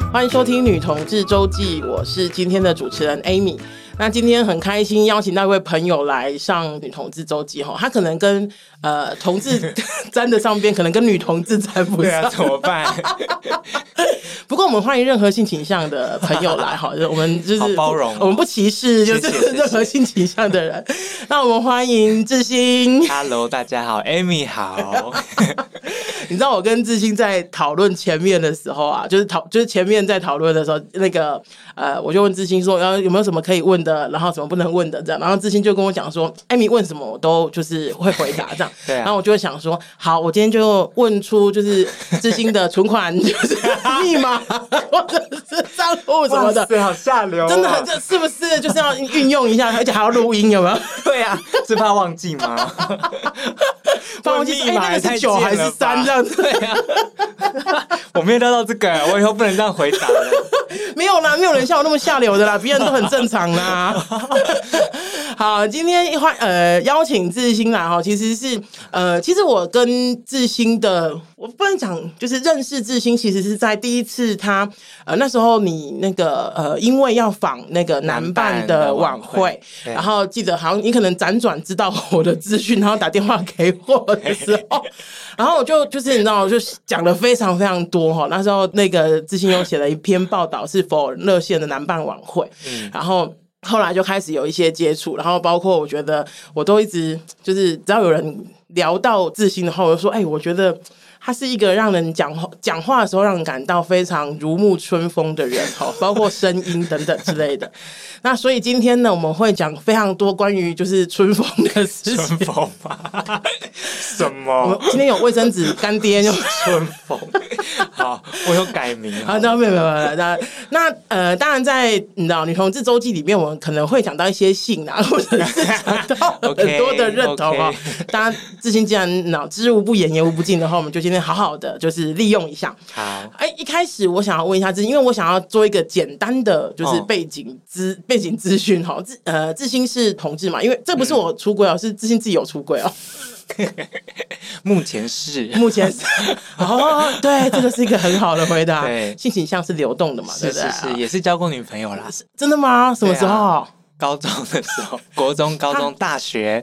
欢迎收听女同志周记，我是今天的主持人 Amy。那今天很开心邀请到一位朋友来上女同志周记，他可能跟同志沾得上边，可能跟女同志沾不上。 对啊，怎么办？ 不过我们欢迎任何性倾向的朋友来，我们就是好包容我们不歧视，就是任何性倾向的人。那我们欢迎志兴。 Hello， 大家好 ，Amy 好。 你知道我跟志兴在讨论前面的时候啊，就是前面在讨论的时候，那个我就问志兴说，有没有什么可以问的，然后什么不能问的这样，然后志兴就跟我讲说，艾米问什么我都就是会回答这样。 对啊。 然后我就会想说，好，我今天就问出就是志兴的存款就是密码或者是账户什么的。 哇，好下流、哦， 真的，这是不是就是要运用一下，而且还要录音，有没有？ 对啊，是怕忘记吗？ 怕忘记那个是9还是3这样子？ 对啊，我没有料到这个，我以后不能这样回答了。 没有啦，没有人像我那么下流的啦，别人都很正常啦。好，今天邀请志兴来哈，其实我跟志兴的，我不能讲就是认识志兴，其实是在第一次他那时候你那个因为要访那个男伴的晚会，然后记得好像你可能辗转知道我的资讯，然后打电话给我的时候，然后我就是你知道，就讲了非常非常多哈。那时候那个志兴又写了一篇报道，是否热线的男伴晚会，然后后来就开始有一些接触，然后包括我觉得我都一直就是只要有人聊到志兴的话，我就说我觉得他是一个让人讲话的时候让人感到非常如沐春风的人，包括声音等等之类的。那所以今天呢，我们会讲非常多关于就是春风的事情。 春风吗？什么？ 我们今天有卫生纸干爹就春风。好，我有改名。 好，没有。那当然在你知道女同志周记里面，我们可能会讲到一些性啊，或者是讲到很多的认同啊。当然，志兴既然知无不言，言无不尽的话，我们就今天好好的就是利用一下。 好， 一开始我想要问一下志兴，因为我想要做一个简单的就是背景资讯哈。志兴是同志嘛？因为这不是我出柜是志兴自己有出柜哦。 目前是哦，对，这个是一个很好的回答。 对， 性倾向是流动的嘛，对不对？ 是，也是交过女朋友啦。 真的吗？什么时候？ 高中的时候，国中、高中、大学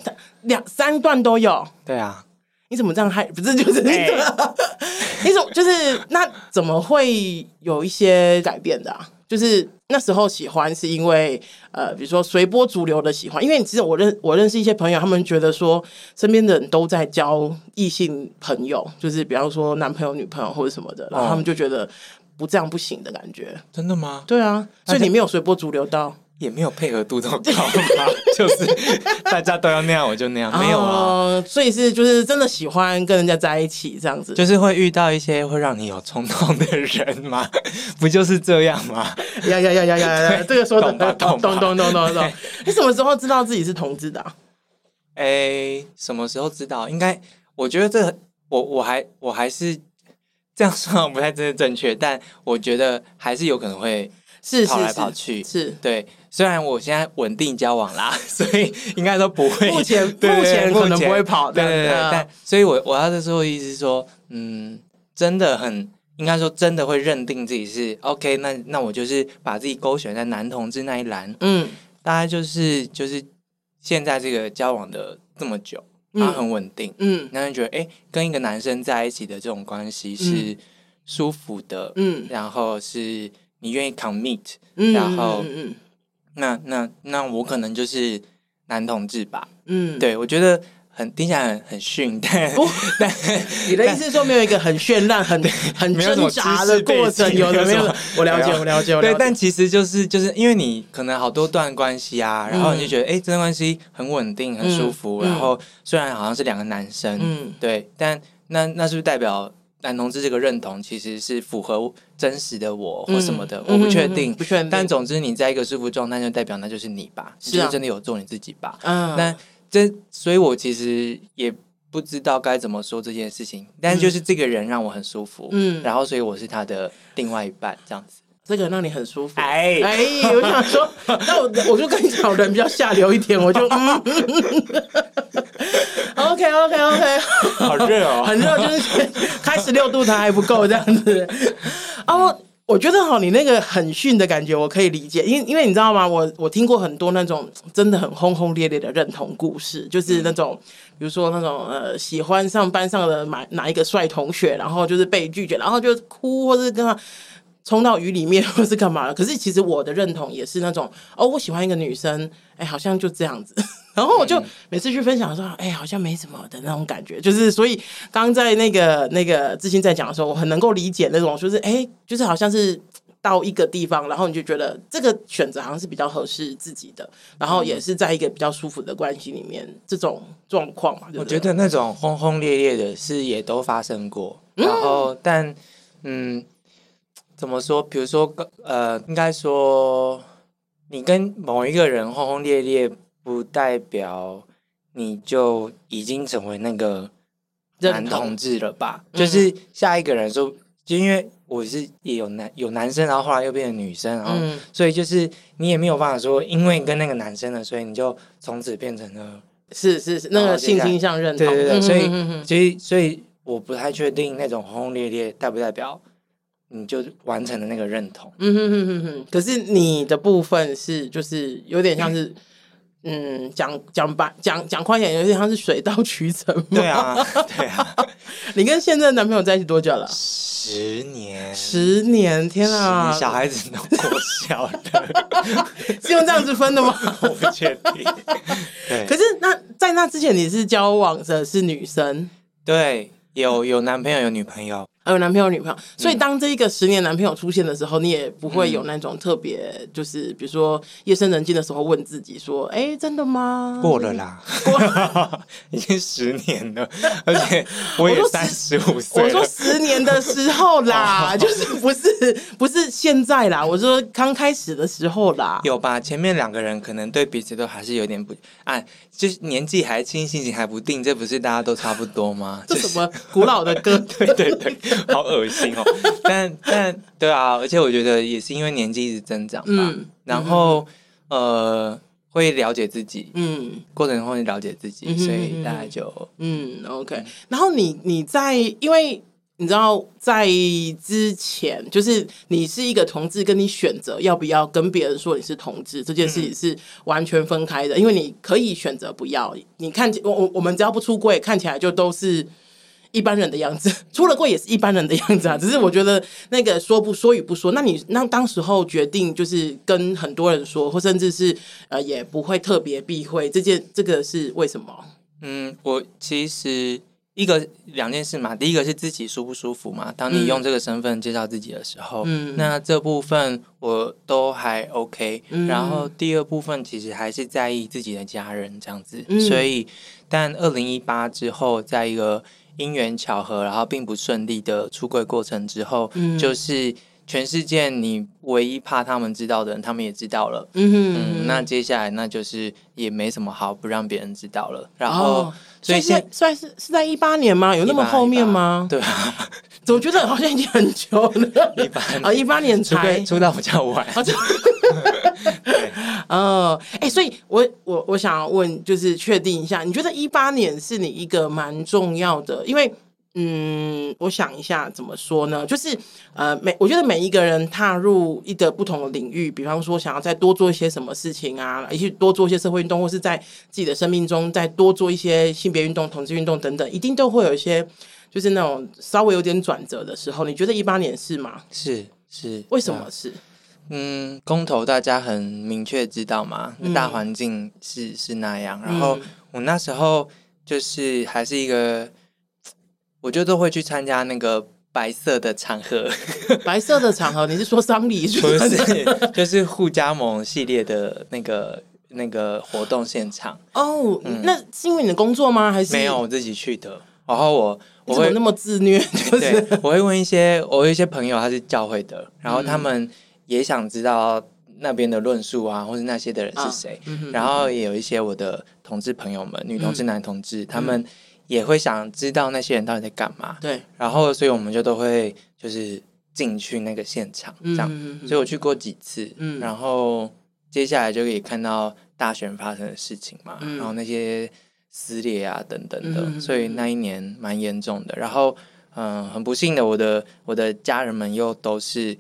3段都有。 对啊， 你怎么这样不是就是你怎么就是那怎么会有一些改变的啊？就是那时候喜欢是因为比如说随波逐流的喜欢，因为其实我认识一些朋友，他们觉得说身边的人都在交异性朋友，就是比方说男朋友、女朋友或者什么的，然后他们就觉得不这样不行的感觉。 真的吗？ 对啊，所以你没有随波逐流到。 也没有配合度这么高吧，就是大家都要那样，我就那样，没有啊。 所以就是真的喜欢跟人家在一起这样子， 就是会遇到一些会让你有冲动的人吗？不就是这样吗？ 呀，这个说的懂。你什么时候知道自己是同志的啊？ 什么时候知道？应该我觉得我还是这样说不太真的正确，但我觉得还是有可能会跑来跑去， 是对。虽然我现在稳定交往啦，所以应该都不会。 目前可能不会跑， 对。但所以我要的时候意思是说，真的很应该说真的会认定自己是 OK， 那我就是把自己勾选在男同志那一栏，大概就是现在这个交往的这么久，他很稳定，那就觉得跟一个男生在一起的这种关系是舒服的，然后是你愿意 commit，然后那我可能就是男同志吧，对，我觉得听起来很逊，但你的意思是说没有一个很绚烂、很挣扎的过程，有的没有？我了解。 对，但其实就是因为你可能好多段关系啊，然后你就觉得这段关系很稳定、很舒服，然后虽然好像是2个男生，对，但那是不是代表男同志这个认同其实是符合真实的我或什么的？我不确定，但总之你在一个舒服状态，就代表那就是你吧，你就是真的有做你自己吧。所以我其实也不知道该怎么说这件事情，但就是这个人让我很舒服，然后所以我是他的另外一半，这样子。 这个让你很舒服，我想说，那我就跟你讲，人比较下流一点，我就OK， 好热哦， 很热，就是开16度它还不够这样子。 我觉得你那个很逊的感觉我可以理解，因为你知道吗？我听过很多那种真的很轰轰烈烈的认同故事，就是那种比如说那种喜欢上班上的哪一个帅同学，然后就是被拒绝，然后就哭或是跟他冲到雨里面或是干嘛。可是其实我的认同也是那种我喜欢一个女生，好像就这样子。然后我就每次去分享说，好像没什么的那种感觉，就是所以刚刚在那个志兴在讲的时候，我很能够理解那种，就是就是好像是到一个地方，然后你就觉得这个选择好像是比较合适自己的，然后也是在一个比较舒服的关系里面，这种状况嘛，对不对？ 我觉得那种轰轰烈烈的事也都发生过，然后但怎么说？比如说应该说你跟某一个人轰轰烈烈，不代表你就已经成为那个男同志了吧？就是下一个人说，就因为我是也有男生，然后后来又变成女生，然后所以就是你也没有办法说，因为跟那个男生了，所以你就从此变成了是那个性倾向认同。 对，所以我不太确定那种轰轰烈烈代不代表你就完成了那个认同。 可是你的部分是就是有点像是讲宽一点，有点像是水到渠成嘛。 对啊。 你跟现在的男朋友在一起多久了 ？10年。 10年，天啊！ 小孩子都过小的。 是用这样子分的吗？ 我不确定。对。 可是在那之前你是交往的是女生？ 对，有男朋友有女朋友。 有男朋友女朋友，所以当这一个10年男朋友出现的时候，你也不会有那种特别，就是比如说夜深人静的时候问自己说：“真的吗？” 过了啦，已经10年了，而且我也35岁了。 我说10年的时候啦，就是不是现在啦，我说刚开始的时候啦。 有吧？前面2个人可能对彼此都还是有点就是年纪还轻，心情还不定，这不是大家都差不多吗？ 这什么古老的歌？ 对。好恶心哦！但对啊，而且我觉得也是因为年纪一直增长吧，然后会了解自己，过程中会了解自己，所以大概就 OK。然后你在因为你知道在之前，就是你是一个同志，跟你选择要不要跟别人说你是同志这件事情是完全分开的，因为你可以选择不要，你看我们只要不出柜，看起来就都是一般人的样子，出了柜也是一般人的样子啊。只是我觉得那个说与不说，那当时候决定就是跟很多人说，或甚至是也不会特别避讳这个是为什么？ 我其实2件事嘛，第一个是自己舒不舒服嘛。当你用这个身份介绍自己的时候，那这部分我都还 OK。然后第二部分其实还是在意自己的家人这样子，所以但2018之后，在一个因缘巧合，然后并不顺利的出柜过程之后，就是全世界你唯一怕他们知道的人，他们也知道了。那接下来那就是也没什么好不让别人知道了。然后，所以是在18年吗？有那么后面吗？ 对啊， 我觉得好像已经很久了。18年才出道比较晚。 对，所以我想要问，就是确定一下，你觉得18年是你一个蛮重要的，因为我想一下怎么说呢？就是我觉得每一个人踏入一个不同的领域，比方说想要再多做一些什么事情啊，也许多做一些社会运动，或是在自己的生命中再多做一些性别运动、同志运动等等，一定都会有一些就是那种稍微有点转折的时候。你觉得18年是吗？ 是， 为什么是？ 公投大家很明确知道嘛，大环境是那样。然后我那时候就是还是一个，我就都会去参加那个白色的场合。 白色的场合，你是说丧礼？ 不是，就是互加盟系列的那个活动现场。 那是因为你的工作吗？还是没有，我自己去的。然后我会那么自虐， 对，我会问我有一些朋友他是教会的，然后他们也想知道那边的论述啊，或是那些的人是谁。然后也有一些我的同志朋友们，女同志、男同志，他们也会想知道那些人到底在干嘛。 对， 然后所以我们就都会就是进去那个现场，这样。所以我去过几次，然后接下来就可以看到大选发生的事情嘛，然后那些撕裂啊等等的，所以那一年蛮严重的。然后很不幸的，我的家人们又都是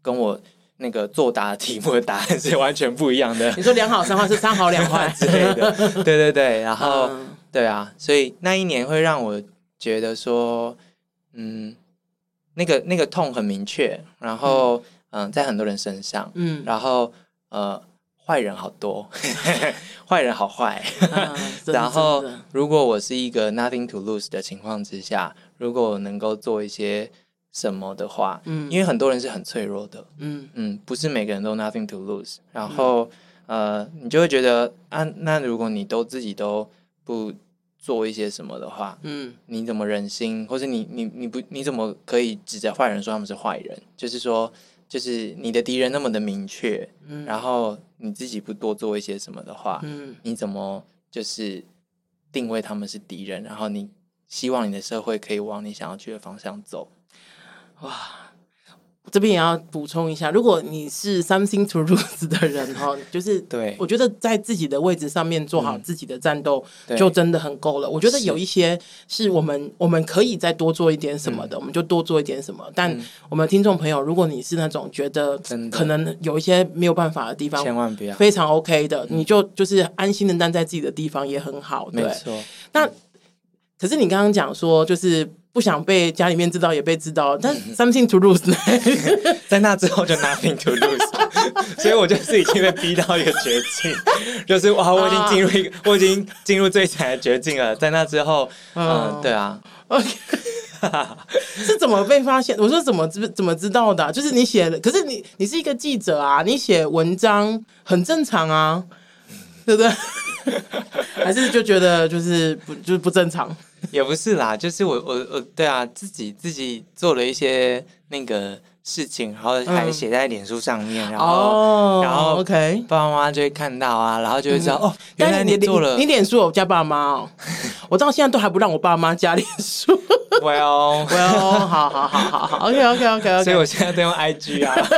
跟我那个作答的题目的答案是完全不一样的。 你说2好3坏是3好2坏之类的，对对对，然后、对啊，所以那一年会让我觉得说，那个痛很明确，然后在很多人身上，然后坏人好多，坏人好坏，然后如果我是一个 nothing to lose 的情况之下，如果我能够做一些什么的话，因为很多人是很脆弱的，不是每个人都 nothing to lose， 然后你就会觉得啊，那如果你自己都不做一些什么的话，你怎么忍心，或是你怎么可以指着坏人说他们是坏人？就是说，就是你的敌人那么的明确，然后你自己不多做一些什么的话，你怎么就是定位他们是敌人？然后你希望你的社会可以往你想要去的方向走。 哇，这边也要补充一下，如果你是 something to lose 的人就是对，我觉得在自己的位置上面做好自己的战斗就真的很够了。我觉得有一些是我们可以再多做一点什么的，我们就多做一点什么。但我们听众朋友，如果你是那种觉得可能有一些没有办法的地方， 千万不要， 非常 OK 的，你就是安心的待在自己的地方也很好。对， 没错。 那可是你刚刚讲说，就是不想被家里面知道也被知道，但 something to lose 在那之后就 nothing to lose， 所以我就是已经被逼到一个绝境，就是哇，我已经进入最惨的绝境了。在那之后，对啊 ，OK， 是怎么被发现？我说怎么知道的就是你写了，可是你是一个记者啊，你写文章很正常啊，对不对？还是就觉得就是不正常？ 也不是啦，就是我对啊，自己做了一些那个事情，然后还写在脸书上面，然后 OK， 爸爸妈妈就会看到啊，然后就会知道原来你做了。 你脸书有加爸妈我到现在都还不让我爸妈加脸书。 Well， 好 ，OK， 所以我现在都用 IG 啊。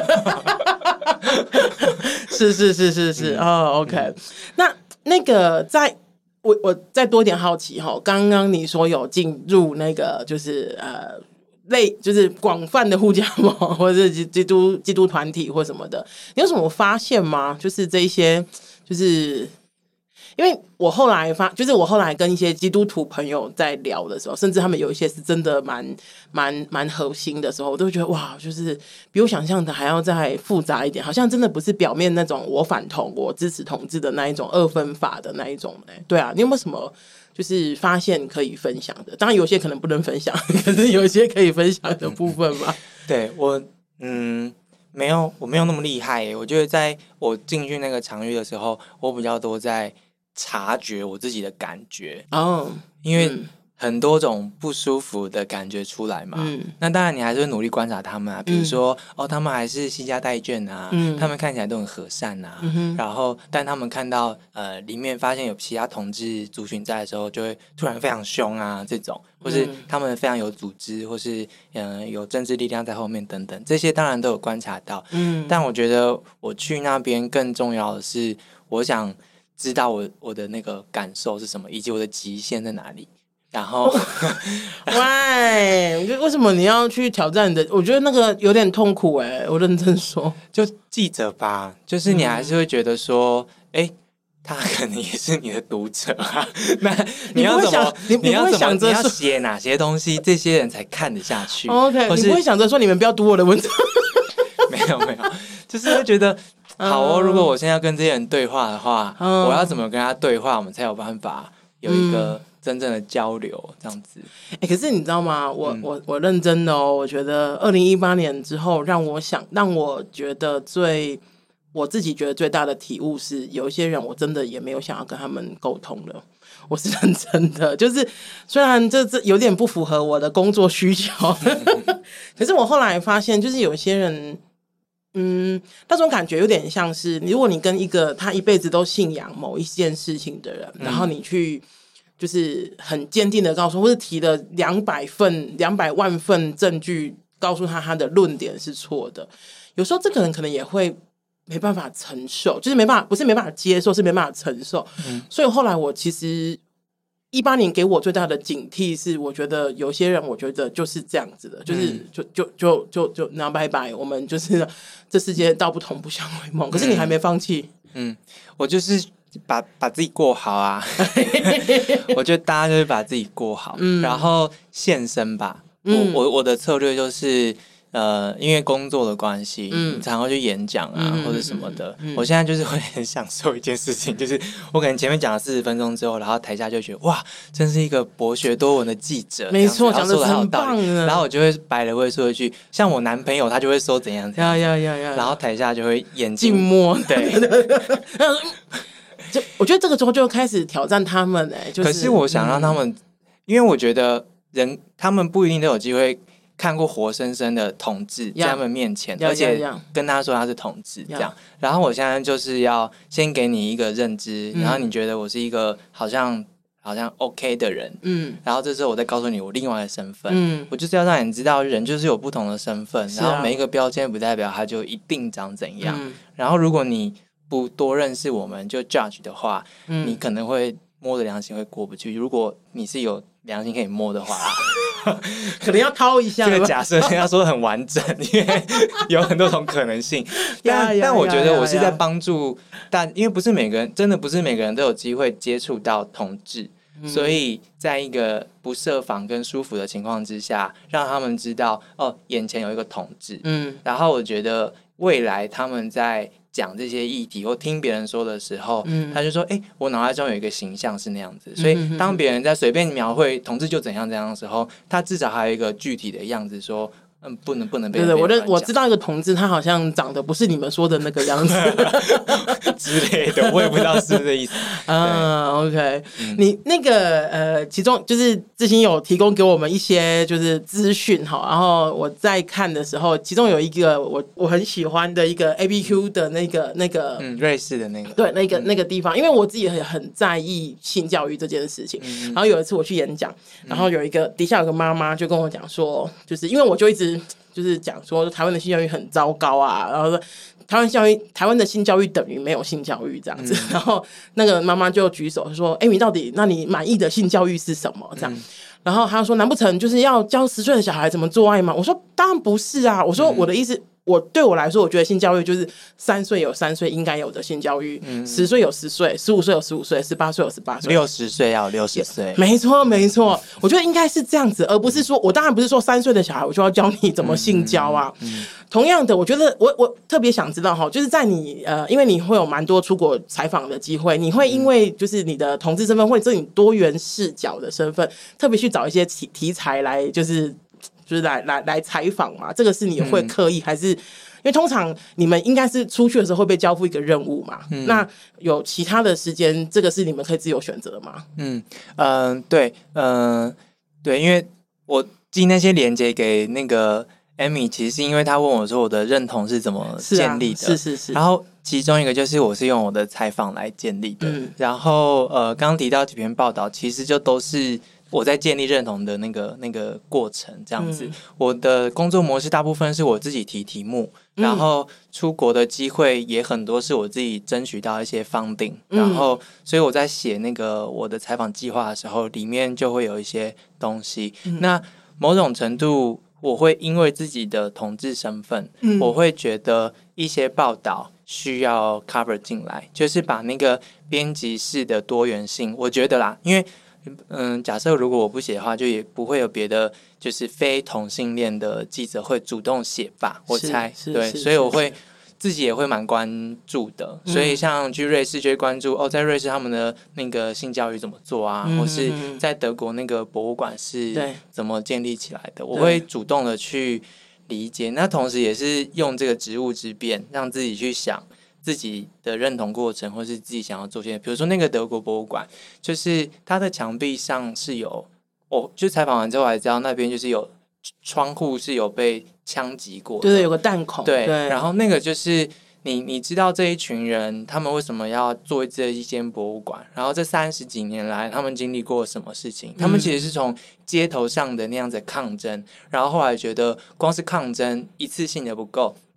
是OK， 那个我再多点好奇刚刚你说有进入那个就是就是广泛的护家盟或者是基督团体或什么的，你有什么发现吗？就是这一些，就是因为我后来跟一些基督徒朋友在聊的时候，甚至他们有一些是真的蛮核心的时候，我都会觉得哇，就是比我想象的还要再复杂一点，好像真的不是表面那种我反同我支持统治的那一种二分法的那一种对啊，你有没有什么就是发现可以分享的？当然有些可能不能分享，可是有一些可以分享的部分吧。 对我没有那么厉害耶。我觉得在我进去那个场域的时候，我比较多在察觉我自己的感觉因为很多种不舒服的感觉出来嘛那当然你还是会努力观察他们啊，比如说他们还是惜家带眷啊他们看起来都很和善啊然后但他们看到里面发现有其他同志族群在的时候，就会突然非常凶啊这种，或是他们非常有组织，或是有政治力量在后面等等，这些当然都有观察到但我觉得我去那边更重要的是，我想知道我的那个感受是什么，以及我的极限在哪里。然后为什么你要去挑战你的？我觉得那个有点痛苦我认真说。 就记者吧，就是你还是会觉得说他可能也是你的读者啊那你要怎么你要写哪些东西这些人才看得下去 OK， 你不会想着说你们不要读我的文章没有就是会觉得好如果我现在要跟这些人对话的话我要怎么跟他对话，我们才有办法有一个真正的交流这样子可是你知道吗？我认真的我觉得2018年之后让我觉得我自己觉得最大的体悟是，有一些人我真的也没有想要跟他们沟通了。我是认真的，就是虽然这有点不符合我的工作需求可是我后来发现，就是有些人那种感觉有点像是，如果你跟一个他一辈子都信仰某一件事情的人然后你去就是很坚定的告诉，或是提了200万份证据告诉他的论点是错的，有时候这个人可能也会没办法承受，就是不是没办法接受，是没办法承受所以后来我其实 18年给我最大的警惕是，我觉得有些人，我觉得就是这样子的，就是就那拜拜，我们就是这世界道不同不相为谋。可是你还没放弃， 我就是把自己过好啊。我觉得大家就是把自己过好，然后现身吧。我的策略就是。因为工作的关系，常常去演讲啊，或者什么的。我现在就是会很享受一件事情，就是我可能前面讲了40分钟之后，然后台下就觉得哇，真是一个博学多闻的记者， 没错，讲得很棒了。 然后我就会白了会说一句，像我男朋友他就会说怎样怎样，然后台下就会眼睛静默， 对。 我觉得这个时候就开始挑战他们可是我想让他们，因为我觉得他们不一定都有机会。看过活生生的同志在他们面前，而且跟他说他是同志这样。然后我现在就是要先给你一个认知，然后你觉得我是一个好像 OK 的人，然后这时候我再告诉你我另外的身份，我就是要让你知道人就是有不同的身份，然后每一个标签不代表他就一定长怎样。然后如果你不多认识我们就 judge 的话，你可能会摸着良心会过不去。如果你是有良心可以摸的话。 可能要掏一下。 这个假设要说很完整，因为有很多种可能性。但我觉得我是在帮助，但因为不是每个人，真的不是每个人都有机会接触到同志，所以在一个不设防跟舒服的情况之下，让他们知道眼前有一个同志。然后我觉得未来他们在讲这些议题或听别人说的时候，他就说我脑海中有一个形象是那样子，所以当别人在随便描绘同志就怎样怎样的时候，他至少还有一个具体的样子说不能被对，我知道一个同志，他好像长得不是你们说的那个样子之类的，我也不知道是不是这意思。 OK，你那个其中就是志兴有提供给我们一些就是资讯哈，然后我在看的时候，其中有一个我很喜欢的一个 ABQ 的那个瑞士的那个对那个地方，因为我自己很在意性教育这件事情。然后有一次我去演讲，然后底下有个妈妈就跟我讲说，就是因为我就一直就是讲说台湾的性教育很糟糕啊，然后说台湾的性教育等于没有性教育这样子。然后那个妈妈就举手说那你满意的性教育是什么这样。然后她说难不成就是要教10岁的小孩怎么做爱吗？我说当然不是啊，我说我的意思对我来说，我觉得性教育就是3岁有3岁应该有的性教育，10岁有10岁，15岁有15岁，18岁有18岁 ，60岁要60岁， 没错，我觉得应该是这样子，而不是说我当然不是说3岁的小孩我就要教你怎么性交啊。同样的，我觉得我特别想知道哈，就是在你因为你会有蛮多出国采访的机会，你会因为就是你的同志身份或者你多元视角的身份，特别去找一些题材来就是来采访嘛？这个是你会刻意还是？因为通常你们应该是出去的时候会被交付一个任务嘛？那有其他的时间，这个是你们可以自由选择的吗？ 对，因为我寄那些连结给那个 Amy， 其实是因为他问我说我的认同是怎么建立的， 是。 然后其中一个就是我是用我的采访来建立的，然后刚刚提到几篇报道，其实就都是我在建立认同的那个过程这样子。我的工作模式大部分是我自己提题目，然后出国的机会也很多是我自己争取到一些 funding，然后所以我在写那个我的采访计划的时候，里面就会有一些东西。那某种程度我会因为自己的同志身份，我会觉得一些报道需要 cover 进来，就是把那个编辑室的多元性，我觉得啦，因为假设如果我不写的话，就也不会有别的就是非同性恋的记者会主动写吧，我猜。对，所以我会自己也会蛮关注的。所以像去瑞士就会关注在瑞士他们的那个性教育怎么做啊，或是在德国那个博物馆是怎么建立起来的，我会主动的去理解。那同时也是用这个职务之便，让自己去想自己的认同过程，或是自己想要做些，比如说那个德国博物馆，就是它的墙壁上是有，就采访完之后才知道那边就是有窗户是有被枪击过的， 对，有个弹孔， 对，然后那个就是你知道这一群人他们为什么要做这一间博物馆，然后这30几年来他们经历过什么事情，他们其实是从街头上的那样子抗争，然后后来觉得光是抗争一次性的不够，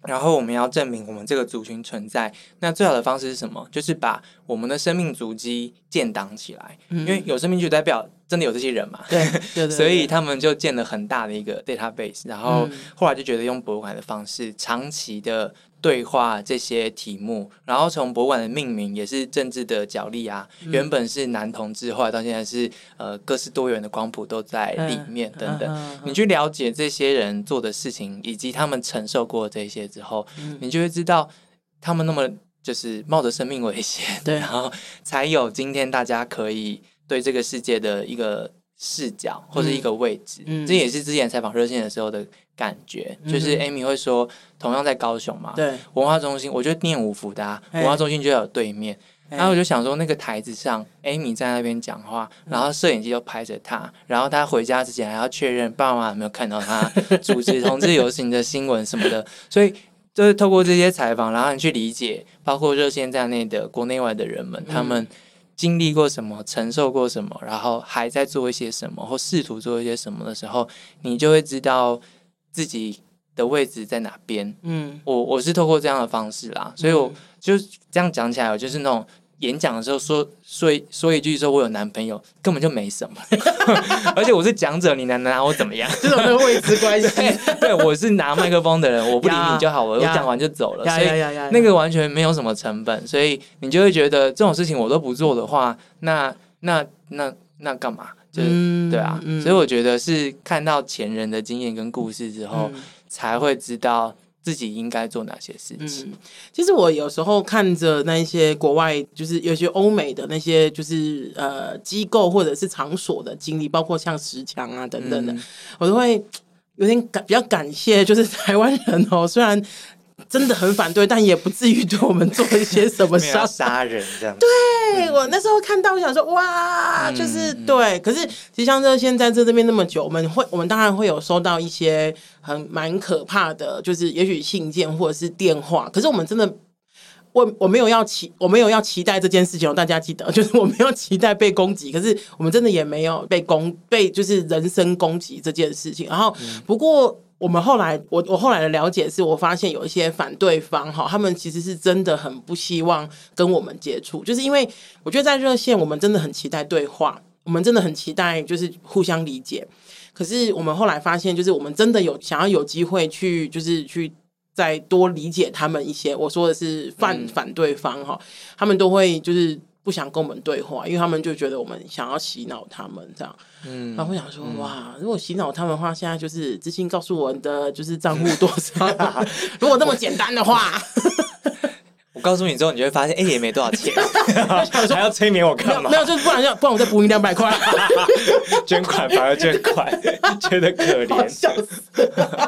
然后我们要证明我们这个族群存在，那最好的方式是什么？就是把我们的生命足迹建档起来，因为有生命就代表真的有这些人嘛， 对所以他们就建了很大的一个 database， 然后后来就觉得用博物馆的方式长期的对话这些题目，然后从博物馆的命名也是政治的角力啊，原本是男同志，后来到现在是各式多元的光谱都在里面等等。你去了解这些人做的事情，以及他们承受过这些之后，你就会知道他们那么就是冒着生命危险， 对， 然后才有今天大家可以对这个世界的一个视角或者一个位置，这也是之前采访热线的时候的感觉，就是 Amy 会说同样在高雄嘛， 对， 文化中心我就念五福的文化中心就在有对面，然后我就想说那个台子上 Amy 在那边讲话，然后摄影机就拍着他，然后他回家之前还要确认爸爸妈妈有没有看到他主持同志游行的新闻什么的，所以就是透过这些采访，然后你去理解包括热线在内的国内外的人们，他们经历过什么，承受过什么，然后还在做一些什么，或试图做一些什么的时候，你就会知道自己的位置在哪边。我是透过这样的方式啦，所以我就这样讲起来，我就是那种演讲的时候说一句说我有男朋友，根本就没什么，而且我是讲者，你能拿我怎么样？ 这种那个位置关系， 对，我是拿麦克风的人，我不理你就好了，我讲完就走了，所以那个完全没有什么成本，所以你就会觉得这种事情我都不做的话，那干嘛？就是对啊，所以我觉得是看到前人的经验跟故事之后，才会知道自己应该做哪些事情。 其实我有时候看着那些国外，就是有些欧美的那些就是机构或者是场所的经历，包括像石墙啊等等的，我都会有点比较感谢，就是台湾人哦，虽然真的很反对，但也不至于对我们做一些什么杀人这样。 对，我那时候看到，我想说，哇，就是对。可是其实像热线在这边那么久，我们当然会有收到一些蛮可怕的，就是也许信件或者是电话。可是我们真的，我没有要期待这件事情，大家记得，就是我没有期待被攻击。可是我们真的也没有被就是人身攻击这件事情。然后不过。我后来的了解是，我发现有一些反对方他们其实是真的很不希望跟我们接触，就是因为我觉得在热线我们真的很期待对话，我们真的很期待就是互相理解。可是我们后来发现，就是我们真的想要有机会去再多理解他们一些。我说的是反对方他们都会就是不想跟我们对话，因为他们就觉得我们想要洗脑他们这样。然后我想说，哇，如果洗脑他们的话，现在就是知心告诉我的就是账户多少如果那么简单的话我告诉你之后，你就会发现，也没多少钱，还要催眠我干嘛？ 没有，就是不然我再补你200块， 捐款反而捐款，觉得可怜， 笑死。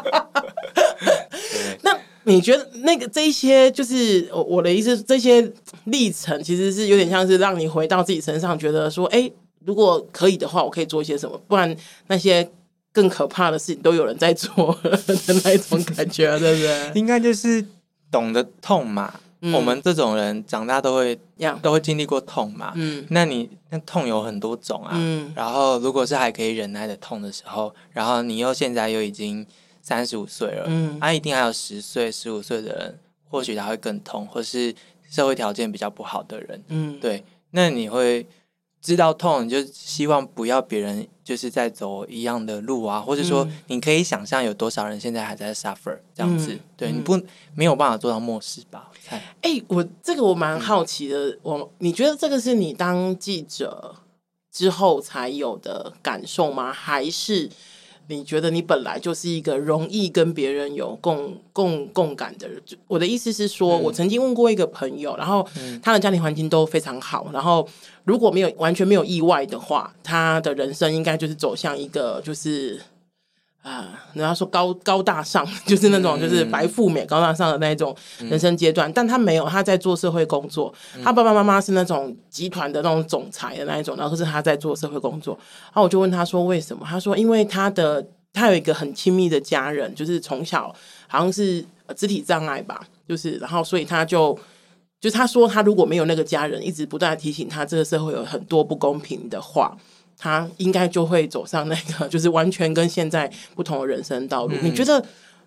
那你觉得这一些就是我的意思，这些历程其实是有点像是让你回到自己身上，觉得说，如果可以的话，我可以做一些什么？不然那些更可怕的事情都有人在做的那一种感觉，对不对？ 应该就是懂得痛嘛。我们这种人长大都会经历过痛嘛。那痛有很多种啊。然后如果是还可以忍耐的痛的时候，然后你现在又已经35岁了，一定还有10岁、15岁的人，或许他会更痛，或是社会条件比较不好的人。对，那你会知道痛，你就希望不要别人就是在走一样的路啊，或者说你可以想象有多少人现在还在 suffer 这样子。对，你没有办法做到漠视吧？ 我蛮好奇的，你觉得这个是你当记者之后才有的感受吗？还是你觉得你本来就是一个容易跟别人有共感的人？我的意思是说，我曾经问过一个朋友，然后他的家庭环境都非常好，然后如果完全没有意外的话，他的人生应该就是走向一个就是人家说高大上，就是那种就是白富美高大上的那一种人生阶段，但他没有，他在做社会工作，他爸爸妈妈是那种集团的那种总裁的那一种，然后是他在做社会工作。然后我就问他说为什么，他说因为他有一个很亲密的家人，就是从小好像是肢体障碍吧，就是然后所以他就是他说他如果没有那个家人一直不断提醒他这个社会有很多不公平的话，他应该就会走上那个就是完全跟现在不同的人生道路。你觉得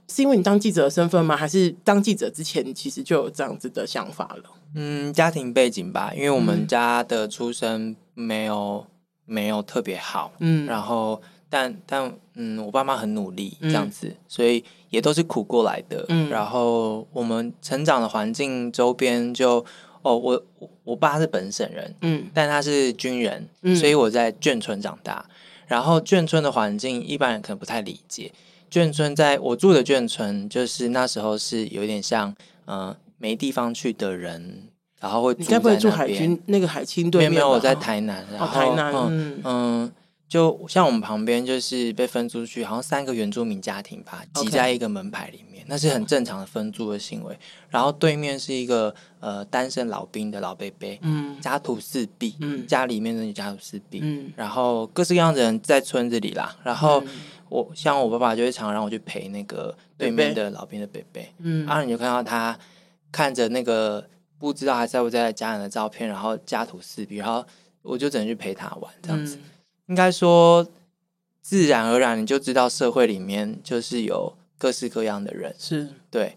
是因为你当记者的身份吗？还是当记者之前其实就有这样子的想法了？ 家庭背景吧，因为我们家的出身没有特别好，然后但我爸妈很努力这样子，所以也都是苦过来的。然后我们成长的环境周边就我爸是本省人，但他是军人，所以我在眷村长大。然后眷村的环境一般人可能不太理解。眷村在我住的眷村，就是那时候是有点像没地方去的人，然后会住在那边。你该不会住海军那个海青对面吧？ 没有，我在台南。然后台南， 就像我们旁边就是被分租去，好像3个原住民家庭吧，挤在一个门牌里面，那是很正常的分租的行为。然后对面是一个单身老兵的老伯伯，家徒四壁，家里面的家徒四壁，然后各式各样的人在村子里啦。然后像我爸爸就会常让我去陪那个对面的老兵的伯伯，然后你就看到他看着那个不知道还在不在家人的照片，然后家徒四壁，然后我就只能去陪他玩这样子。应该说自然而然你就知道社会里面就是有各式各样的人， 是对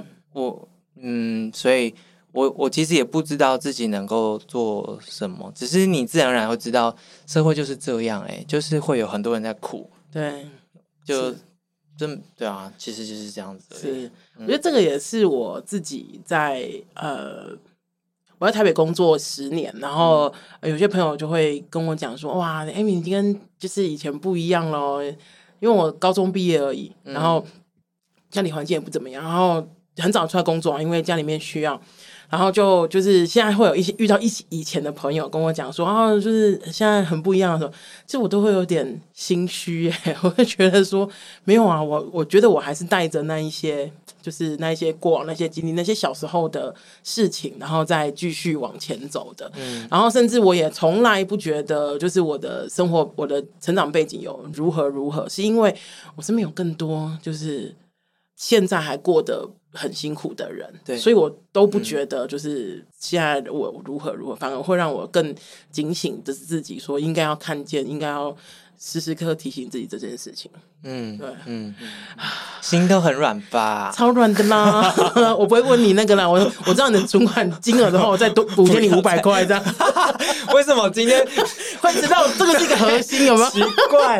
所以我其实也不知道自己能够做什么，只是你自然而然会知道社会就是这样，就是会有很多人在苦， 对， 对啊，其实就是这样子而已。 是，我觉得这个也是我自己在我在台北工作10年，然后有些朋友就会跟我讲说，哇，Amy 你跟就是以前不一样咯，因为我高中毕业而已，然后家里环境也不怎么样，然后很早出来工作，因为家里面需要，然后就是现在会有遇到以前的朋友跟我讲说，就是现在很不一样的时候，其实我都会有点心虚我会觉得说没有啊，我觉得我还是带着那一些就是那一些过往那些经历那些小时候的事情，然后再继续往前走的。然后甚至我也从来不觉得就是我的生活我的成长背景有如何，是因为我身边有更多就是现在还过得很辛苦的人，对，所以我都不觉得就是现在我如何，反而会让我更警醒的自己，说应该要看见，应该要时时刻刻提醒自己这件事情。对， 心都很软吧？ 超软的啦！我不会问你那个啦，我知道你的存款金额的话，我再多补给你500块这样。 为什么今天会知道这个是一个核心？有没有奇怪？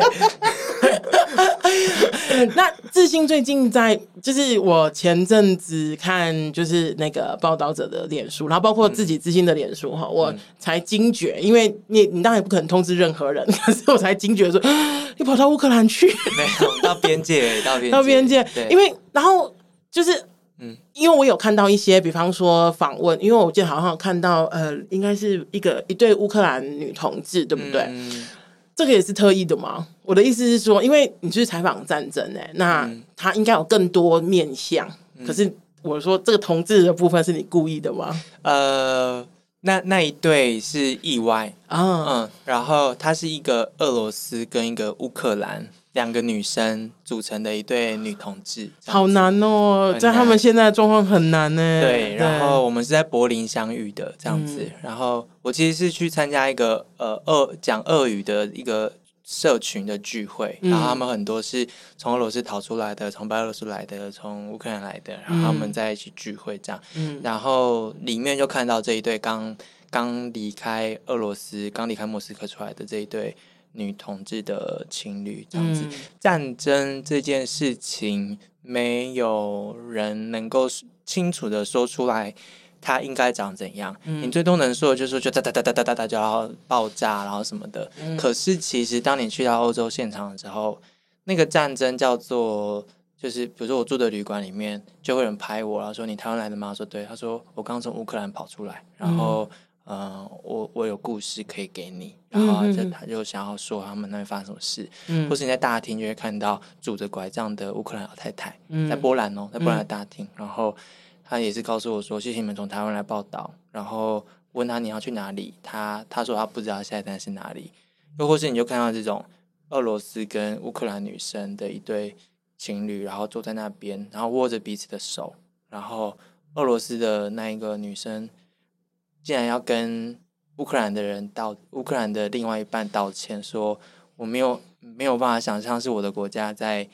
那志兴最近就是我前阵子看就是那个报道者的脸书，然后包括自己志兴的脸书我才惊觉，因为你当然也不可能通知任何人，可是我才惊觉说你跑到乌克兰去， 没有到边界， 到边界，因为然后就是因为我有看到一些，比方说访问，因为我记得好像有看到应该是一对乌克兰女同志，对不对？这个也是特意的吗？我的意思是说，因为你去采访战争那他应该有更多面向，可是我说这个同志的部分是你故意的吗？ 那一对是意外然后他是一个俄罗斯跟一个乌克兰2个女生组成的一对女同志， 好难哦，在他们现在的状况很难呢。 对，然后我们是在柏林相遇的这样子，然后我其实是去参加一个讲俄语的一个社群的聚会，然后他们很多是从俄罗斯逃出来的，从白俄罗斯来的，从乌克兰来的，然后他们在一起聚会这样，然后里面就看到这一对刚离开俄罗斯、刚离开莫斯科出来的这一对女同志的情侣这样子。战争这件事情没有人能够清楚的说出来它应该长怎样，你最多能说的就是说就哒哒哒哒哒哒哒就要爆炸然后什么的，可是其实当你去到欧洲现场的时候，那个战争叫做就是比如说我住的旅馆里面就会有人拍我，然后说你台湾来的吗？我说对，他说我刚从乌克兰跑出来，然后我有故事可以给你，然后他就想要说他们那边发生什么事，或是你在大厅就会看到拄着拐杖的乌克兰老太太，在波兰在波兰的大厅，然后他也是告诉我说谢谢你们从台湾来报道，然后问他你要去哪里，他说他不知道下一站是哪里，又或是你就看到这种俄罗斯跟乌克兰女生的一对情侣，然后坐在那边，然后握着彼此的手，然后俄罗斯的那一个女生竟然要跟乌克兰的另外一半道歉，说我没有办法想象是我的国家在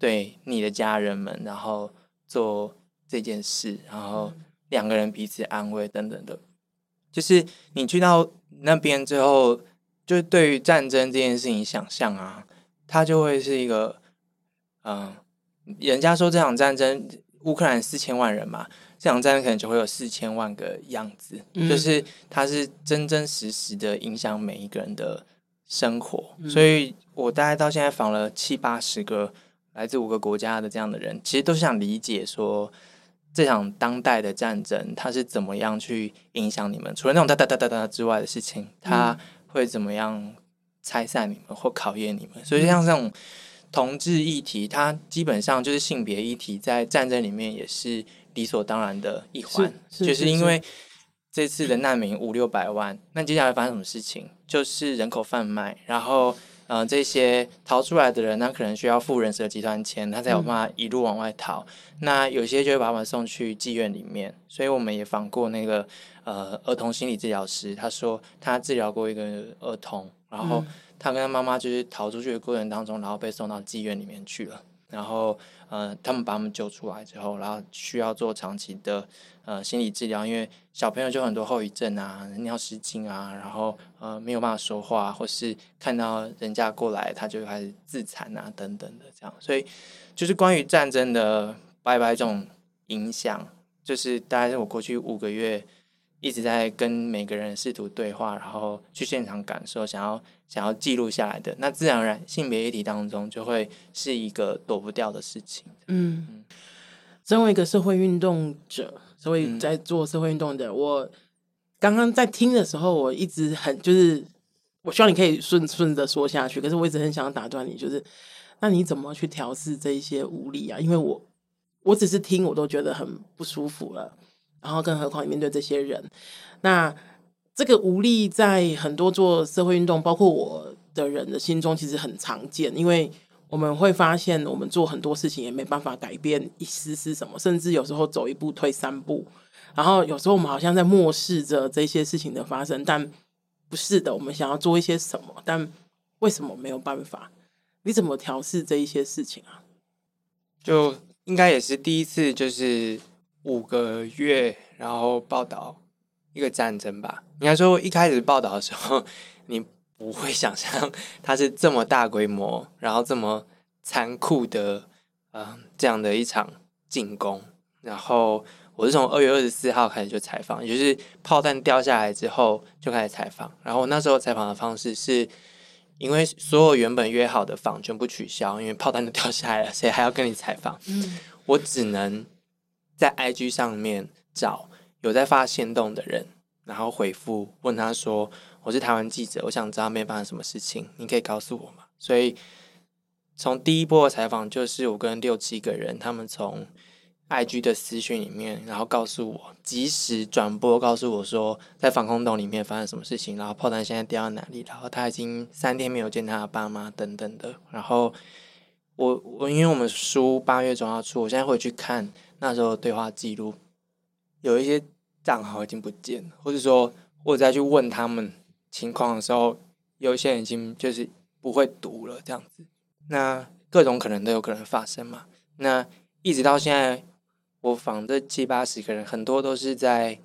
对你的家人们，然后做这件事，然后两个人彼此安慰等等的。就是你去到那边之后，就对于战争这件事情想象啊，它就会是一个人家说这场战争乌克兰4000万人嘛，这场战争可能就会有4000万个样子，就是它是真真实实的影响每一个人的生活。所以我大概到现在访了70-80个来自5个国家的这样的人，其实都是想理解说这场当代的战争它是怎么样去影响你们，除了那种哒哒哒哒哒之外的事情，它会怎么样拆散你们或考验你们。所以像这种同志议题，它基本上就是性别议题，在战争里面也是理所当然的一环，就是因为这次的难民500-600万，那接下来发生什么事情？就是人口贩卖，然后这些逃出来的人，他可能需要付人蛇集团钱，他才有办法一路往外逃。那有些就会把他们送去妓院里面，所以我们也访过那个儿童心理治疗师，他说他治疗过一个儿童，然后他跟他妈妈就是逃出去的过程当中，然后被送到妓院里面去了。然后他们把他们救出来之后，然后需要做长期的心理治疗，因为小朋友就很多后遗症啊，尿失禁啊，然后没有办法说话，或是看到人家过来他就开始自残啊等等的这样。所以就是关于战争的拜拜这种影响，就是大概是我过去5个月一直在跟每个人试图对话，然后去现场感受，想要记录下来的。那自然而然性别议题当中就会是一个躲不掉的事情。 身为一个社会运动者，所以在做社会运动的，我刚刚在听的时候，我一直很就是我希望你可以顺着说下去，可是我一直很想打断你，就是那你怎么去调试这一些无力啊？因为我只是听我都觉得很不舒服了，然后更何况你面对这些人，那这个无力在很多做社会运动，包括我的人的心中其实很常见，因为我们会发现我们做很多事情也没办法改变一丝丝什么，甚至有时候走一步退3步，然后有时候我们好像在漠视着这些事情的发生，但不是的，我们想要做一些什么，但为什么没有办法？你怎么调试这一些事情啊？ 就应该也是第一次，就是5个月，然后报道一个战争吧。应该说一开始报道的时候，你不会想象它是这么大规模，然后这么残酷的这样的一场进攻。然后我是从2月24号开始就采访，也就是炮弹掉下来之后就开始采访。然后那时候采访的方式是，因为所有原本约好的访全部取消，因为炮弹都掉下来了，谁还要跟你采访？我只能在 IG 上面找有在发限动的人，然后回复问他说，我是台湾记者，我想知道没发生什么事情，你可以告诉我吗？所以从第一波的采访就是我跟6-7个人，他们从 IG 的私讯里面，然后告诉我即时转播告诉我说在防空洞里面发生什么事情，然后炮弹现在掉到哪里，然后他已经3天没有见他的爸妈等等的。然后我因为我们书8月中要出，我现在回去看那时候的对话记录，有一些账号已经不见了，或者说我再去问他们情况的时候，有一些人已经就是不会读了这样子。那各种可能都有可能发生嘛。那一直到现在我访这70-80个人，很多都是在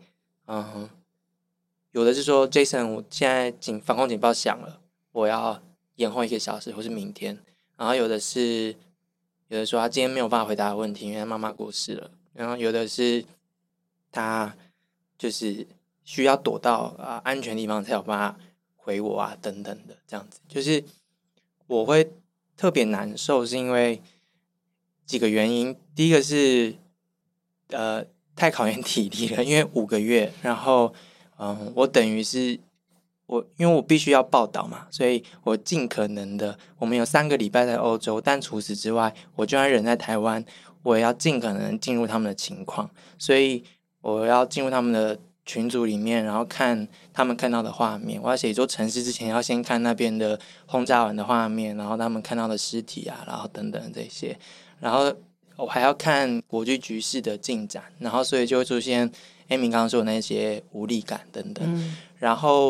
有的是说 Jason 我现在防空警报响了，我要延后1个小时或是明天。然后有的说他今天没有办法回答问题，因为他妈妈过世了。然后有的是他就是需要躲到安全地方才有办法回我啊等等的这样子。就是我会特别难受是因为几个原因，第一个是太考验体力了，因为5个月，然后我等于是因为我必须要报道嘛，所以我尽可能的，我们有3个礼拜在欧洲，但除此之外，我就算人在台湾，我也要尽可能进入他们的情况，所以我要进入他们的群组里面，然后看他们看到的画面。我要写作程式之前，要先看那边的轰炸完的画面，然后他们看到的尸体啊，然后等等这些，然后我还要看国际局势的进展，然后所以就会出现Amy刚刚说的那些无力感等等。然后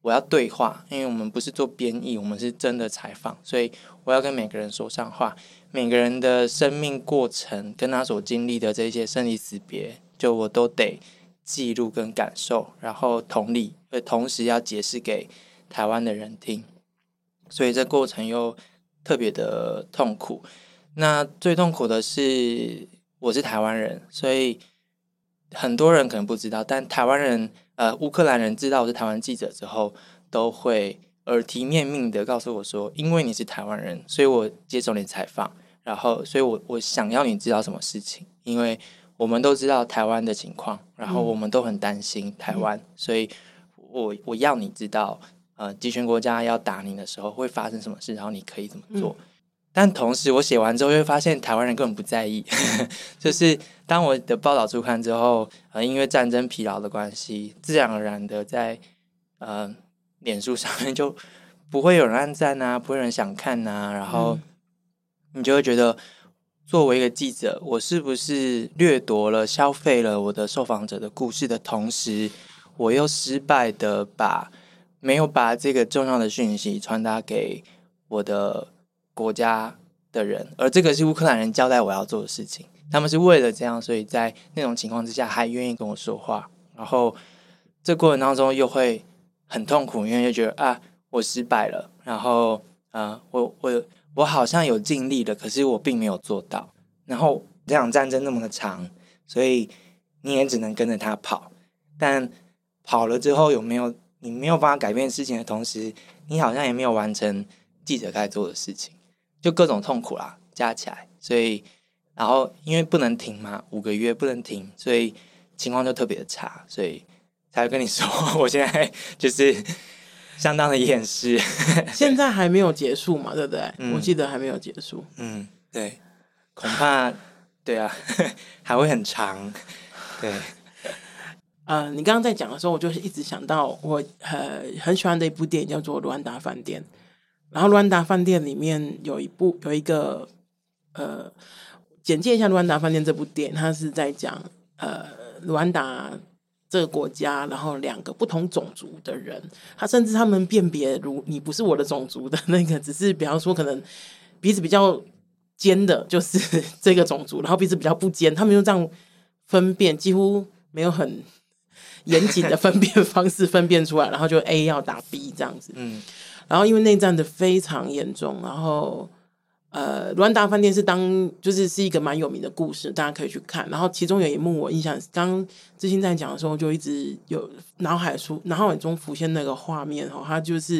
我要对话，因为我们不是做编译，我们是真的采访，所以我要跟每个人说上话，每个人的生命过程跟他所经历的这些生离死别，就我都得记录跟感受，然后同时要解释给台湾的人听，所以这过程又特别的痛苦。那最痛苦的是我是台湾人，所以很多人可能不知道，但台湾人乌克兰人知道我是台湾记者之后，都会耳提面命的告诉我说，因为你是台湾人，所以我接受你采访，然后所以我想要你知道什么事情，因为我们都知道台湾的情况，然后我们都很担心台湾，所以我要你知道集权国家要打你的时候会发生什么事，然后你可以怎么做。但同时我写完之后会发现台湾人根本不在意就是当我的报道出刊之后因为战争疲劳的关系，自然而然的在脸书上面就不会有人按赞啊，不会有人想看啊，然后你就会觉得作为一个记者，我是不是掠夺了消费了我的受访者的故事的同时，我又失败的没有把这个重要的讯息传达给我的国家的人，而这个是乌克兰人交代我要做的事情，他们是为了这样，所以在那种情况之下还愿意跟我说话，然后这过程当中又会很痛苦，因为就觉得我失败了，然后我好像有尽力了，可是我并没有做到，然后这场战争那么的长，所以你也只能跟着他跑，但跑了之后你没有办法改变事情的同时，你好像也没有完成记者该做的事情，就各种痛苦啦加起来，所以然后因为不能停嘛，5个月不能停，所以情况就特别的差，所以才会跟你说我现在就是相当的厌世现在还没有结束嘛，对不对？我记得还没有结束。 对，恐怕对啊还会很长。对你刚刚在讲的时候，我就一直想到我很喜欢的一部电影叫做《卢安达饭店》，然后卢安达饭店里面有一个简介一下卢安达饭店这部电影，它是在讲卢安达这个国家，然后2个不同种族的人，甚至他们辨别如你不是我的种族的那个，只是比方说可能鼻子比较尖的就是这个种族，然后鼻子比较不尖，他们就这样分辨，几乎没有很严谨的分辨方式分辨出来，然后就 A 要打 B 这样子。然后因为内战的非常严重，然后卢安达饭店是是一个蛮有名的故事，大家可以去看。然后其中有一幕我印象，刚志兴在讲的时候，就一直有脑海中浮现那个画面它就是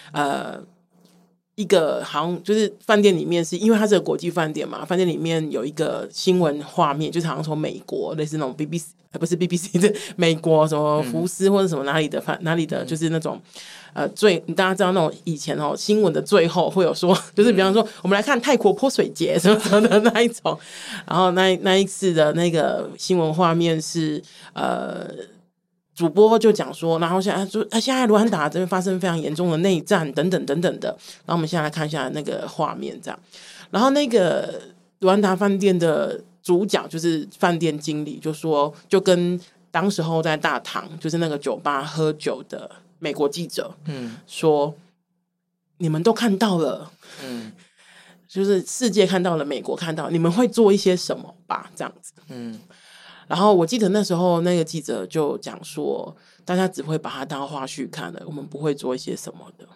一个好像就是饭店里面是因为它是个国际饭店嘛，饭店里面有一个新闻画面，就是好像从美国类似那种 BBC 不是 BBC 的美国什么福斯或者什么哪里的就是那种大家知道那种以前新闻的最后会有说，就是比方说我们来看泰国泼水节什么什么的那一种，然后那一次的那个新闻画面是主播就讲说，然后现在卢安达这边发生非常严重的内战等等等等的，然后我们现在来看一下那个画面这样，然后那个卢安达饭店的主角就是饭店经理就说，就跟当时候在大堂就是那个酒吧喝酒的美国记者说，你们都看到了就是世界看到了，美国看到了，你们会做一些什么吧这样子。然后我记得那时候那个记者就讲说，大家只会把它当花絮看了，我们不会做一些什么的。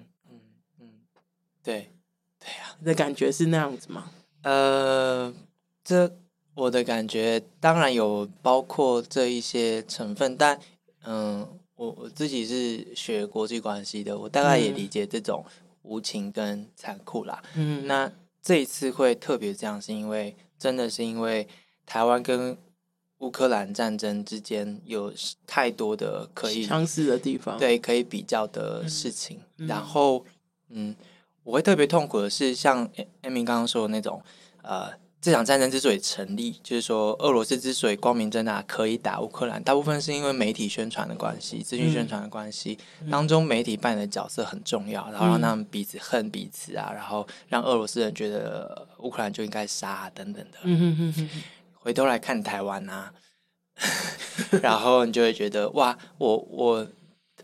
对啊， 你的感觉是那样子吗？ 这我的感觉当然有包括这一些成分，但我自己是学国际关系的，我大概也理解这种无情跟残酷啦。那这一次会特别这样，是因为真的是因为台湾跟乌克兰战争之间有太多的可以相似的地方， 对，可以比较的事情。然后我会特别痛苦的是像 Amy 刚刚说的那种这场战争之所以成立，就是说俄罗斯之所以光明正大可以打乌克兰，大部分是因为媒体宣传的关系，资讯宣传的关系，当中媒体扮演的角色很重要，然后让他们彼此恨彼此啊，然后让俄罗斯人觉得乌克兰就应该杀等等的。回头来看台湾啊然后你就会觉得哇，我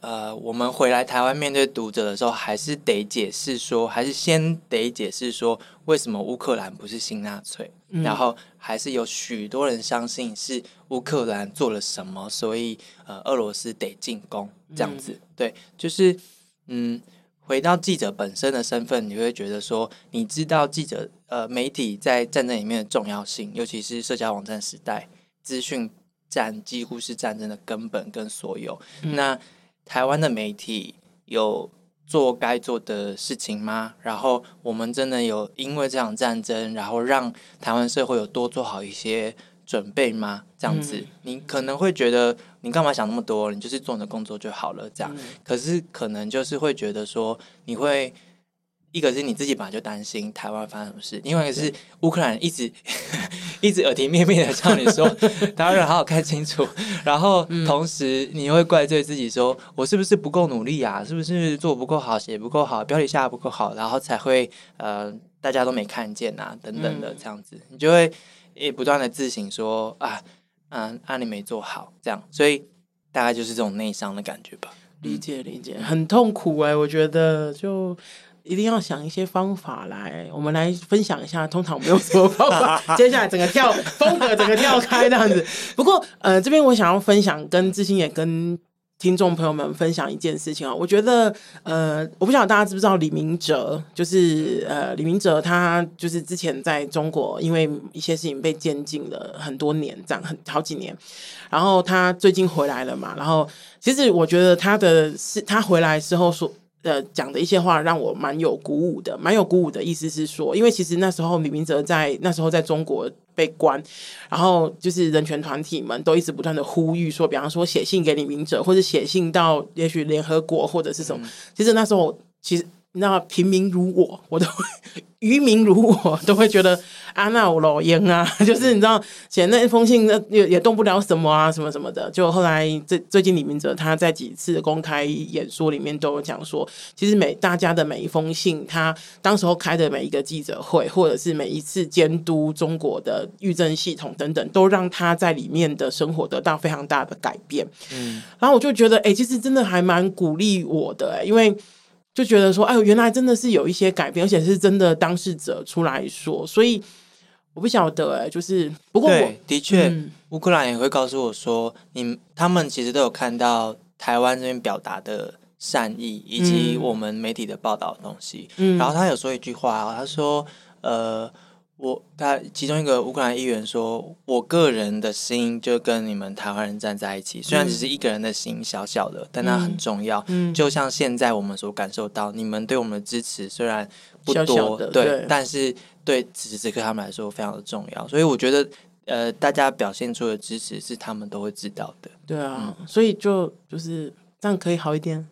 我们回来台湾面对读者的时候，还是得解释说，还是先得解释说，为什么乌克兰不是新纳粹，然后还是有许多人相信是乌克兰做了什么，所以俄罗斯得进攻这样子。对，就是回到记者本身的身份，你会觉得说，你知道记者媒体在战争里面的重要性，尤其是社交网站时代，资讯战几乎是战争的根本跟所有。那台湾的媒体有做该做的事情吗？然后我们真的有因为这场战争，然后让台湾社会有多做好一些准备吗？这样子，你可能会觉得你干嘛想那么多？你就是做你的工作就好了，这样。可是可能就是会觉得说，你会一个是你自己本来就担心台湾发生什么事，另外一个是乌克兰一直耳提面命的叫你说台湾人好好看清楚，然后同时你会怪罪自己说，我是不是不够努力啊？是不是做不够好，写不够好，标题下不够好，然后才会大家都没看见啊等等的这样子，你就会不断的自省说你没做好这样，所以大概就是这种内伤的感觉吧。 理解，很痛苦我觉得就一定要想一些方法来，我们来分享一下。通常没有什么方法，接下来整个风格整个跳开这样子。不过这边我想要分享，跟志兴也跟听众朋友们分享一件事情我觉得我不晓得大家知不知道李明哲，就是李明哲他就是之前在中国因为一些事情被监禁了很多年，这样好几年，然后他最近回来了嘛，然后其实我觉得他回来之后说讲的一些话让我蛮有鼓舞的意思是说，因为其实那时候李明哲那时候在中国被关，然后就是人权团体们都一直不断的呼吁说，比方说写信给李明哲，或者写信到也许联合国或者是什么，其实那时候其实你知道平民如我都渔民如我都会觉得那我老烟就是你知道写那封信也动不了什么什么什么的。就后来最近李明哲他在几次公开演说里面都有讲说，其实大家的每一封信，他当时候开的每一个记者会，或者是每一次监督中国的狱政系统等等，都让他在里面的生活得到非常大的改变。然后我就觉得其实真的还蛮鼓励我的因为就觉得说原来真的是有一些改变，而且是真的当事者出来说，所以我不晓得就是不过对，的确乌克兰也会告诉我说他们其实都有看到台湾这边表达的善意以及我们媒体的报道的东西然后他有说一句话他说他其中一个乌克兰议员说，我个人的心就跟你们台湾人站在一起，虽然只是一个人的心小小的，但它很重要就像现在我们所感受到你们对我们的支持虽然不多， 小小的对， 但是对此时此刻他们来说非常的重要，所以我觉得大家表现出的支持是他们都会知道的。 对所以就是这样可以好一点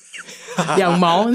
2毛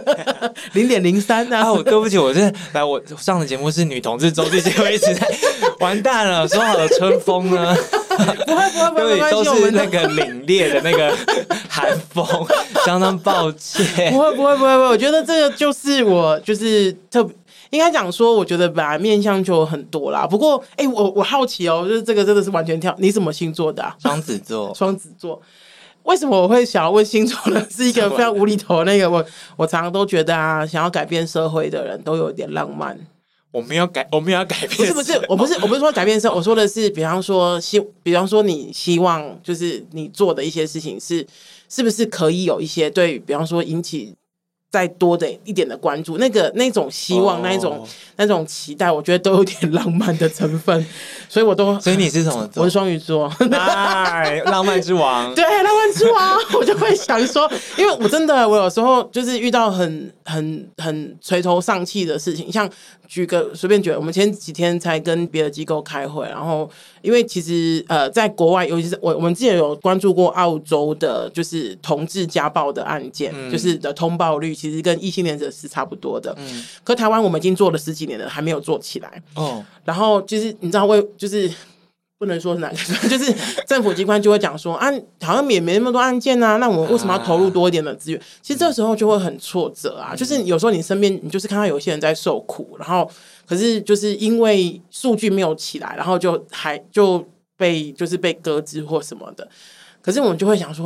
0.03 我对不起，我上的节目是女同志周记，结果一直在完蛋了，说好的春风呢？ 不会都是那个凛冽的那个寒风，相当抱歉。 不会，我觉得这个就是我就是应该讲说，我觉得本来面向就有很多啦。不过我好奇就是这个真的是完全跳，你什么星座的双子座。 为什么我会想要问星座呢？是一个非常无厘头的那个我常常都觉得想要改变社会的人都有点浪漫。 我们要改变， 不是，我不是说改变社会，我说的是，比方说你希望就是你做的一些事情是不是可以有一些对，比方说引起再多的一点的关注，那种希望，那种期待，我觉得都有点浪漫的成分，所以你是什么座？ 我是双鱼座， 浪漫之王， 对，浪漫之王，我就会想说，因为我真的，我有时候就是遇到很垂头丧气的事情，像随便举个，我们前几天才跟别的机构开会，然后因为其实在国外，尤其是我们之前有关注过澳洲的，就是同志家暴的案件，就是的通报率其实跟异性恋者是差不多的，可台湾我们已经做了10几年了，还没有做起来。然后就是你知道就是不能说是哪个，就是政府机关就会讲说好像也没那么多案件那我们为什么要投入多一点的资源？其实这时候就会很挫折就是有时候你身边你就是看到有些人在受苦，然后可是就是因为数据没有起来，然后就被搁置或什么的，可是我们就会想说，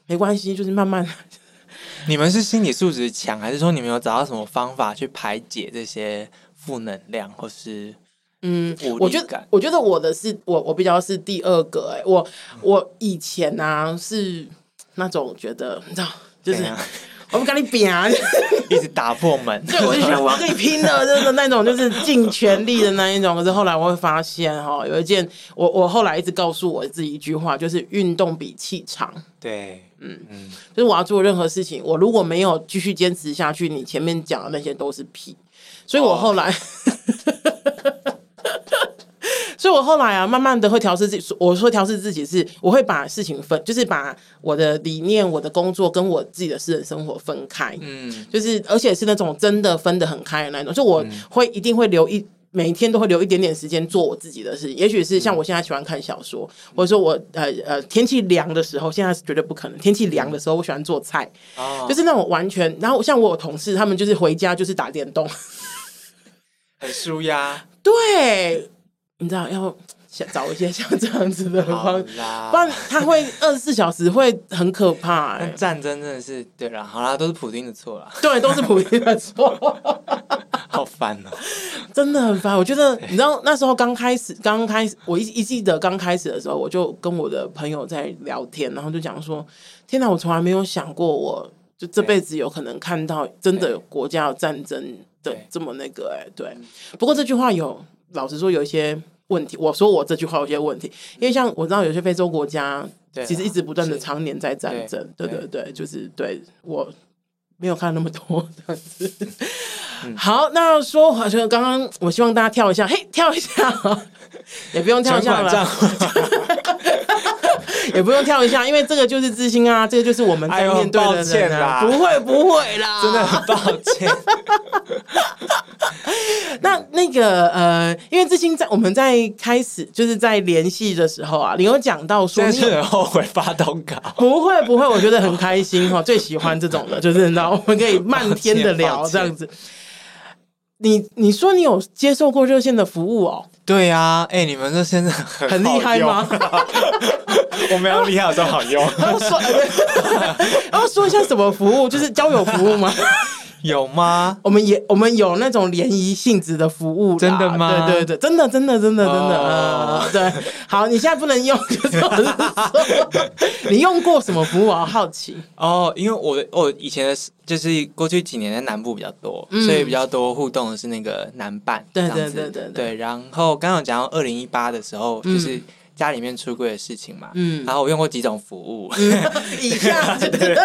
没关系，就是慢慢。 你们是心理素质强，还是说你们有找到什么方法去排解这些负能量，或是我觉得我的是我比较是第二个我以前啊是那种觉得你知道就是我不跟你比啊， 一直打破门， 对，我就觉得我要跟你拼了，就是那种就是尽全力的那一种。可是后来我会发现有一件我后来一直告诉我自己一句话，就是运动比气长。 对， 就是我要做任何事情，我如果没有继续坚持下去，你前面讲的那些都是屁。所以我后来所以我后来啊，慢慢的会调试自己。我说调试自己是，我会把事情就是把我的理念、我的工作跟我自己的私人生活分开。就是而且是那种真的分得很开的那种。就我一定会每一天都会留一点点时间做我自己的事情。也许是像我现在喜欢看小说，或者说我天气凉的时候，现在是绝对不可能。天气凉的时候，我喜欢做菜，就是那种完全。然后像我有同事，他们就是回家就是打电动， 很舒压。 对。你知道要找一些像这样子的方式，不然他会24小时会很可怕。 战争真的是对啦，好啦，都是普丁的错啦。 对，都是普丁的错。 好烦哦， 真的很烦。我觉得你知道那时候刚开始，我一记得刚开始的时候，我就跟我的朋友在聊天，然后就讲说：天哪，我从来没有想过，我就这辈子有可能看到真的有国家有战争的这么那个对。不过这句话老实说有一些问题。我说我这句话有些问题，因为像我知道有些非洲国家其实一直不断的常年在战争，对，就是对我没有看那么多这样子。好，那说刚刚我希望大家跳一下，嘿，跳一下，也不用跳一下了。也不用跳一下，因为这个就是知心啊，这个就是我们在面对的人啊。不会啦， 真的很抱歉。 那个因为知心我们在开始就是在联系的时候啊，你有讲到说你很后悔发通稿。 不会，我觉得很开心最喜欢这种的，就是你知道我们可以漫天的聊这样子。你说你有接受过热线的服务哦？ 对啊，你们这现在很厉害吗？ 我没有厉害，我都好用。 要说一下什么服务？就是交友服务吗？ 有吗？ 我们有那种联谊性质的服务， 真的吗？ 对，真的，对。好，你现在不能用，就是你用过什么服务啊？好奇因为我以前的就是过去几年在南部比较多，所以比较多互动的是那个男伴，对。然后刚刚讲到2018的时候，就是家里面出柜的事情嘛，然后我用过几种服务， 以下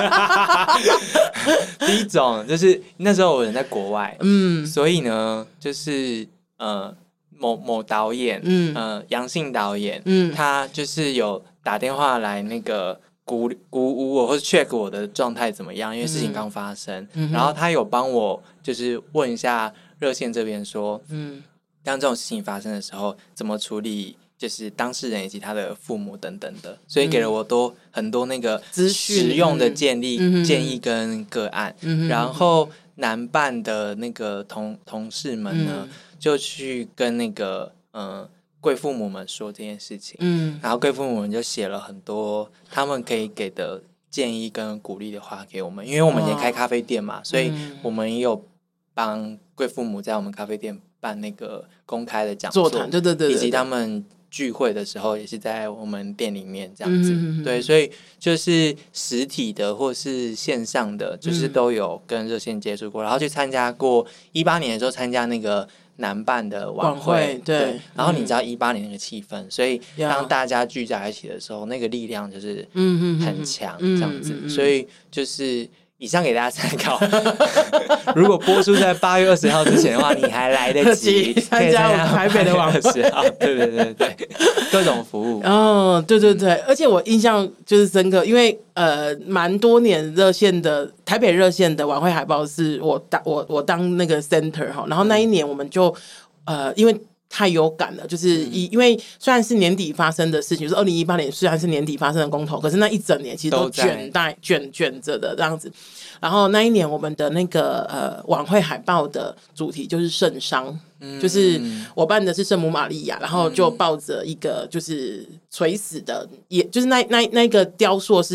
第一种就是那时候我人在国外，所以呢，就是某导演，杨姓导演，他就是有打电话来那个鼓舞我，或者 check 我的状态怎么样，因为事情刚发生，然后他有帮我就是问一下热线这边说，当这种事情发生的时候怎么处理。就是当事人以及他的父母等等的，所以给了我很多那个实用的建议跟个案。然后男伴的那个同事们呢，就去跟那个贵父母们说这件事情。然后贵父母们就写了很多他们可以给的建议跟鼓励的话给我们，因为我们也开咖啡店嘛，所以我们也有帮贵父母在我们咖啡店办那个公开的讲座，对，以及他们聚会的时候也是在我们店里面这样子，对，所以就是实体的或是线上的，就是都有跟热线接触过，然后去参加过18年的时候参加那个男伴的晚会，对，然后你知道18年那个气氛，所以当大家聚在一起的时候，那个力量就是很强这样子，所以就是以上给大家参考。如果播出在8月20号之前的话，你还来得及参加我台北的晚会。 对，各种服务。 对，而且我印象就是深刻，因为蛮多年热线的台北热线的晚会海报是我当那个 center 哈，然后那一年我们就因为太有感了，就是因为虽然是年底发生的事情，就是2018年虽然是年底发生的公投，可是那一整年其实都卷着的这样子。然后那一年我们的那个晚会海报的主题就是圣伤，就是我办的是圣母玛利亚，然后就抱着一个就是垂死的，也就是那个雕塑是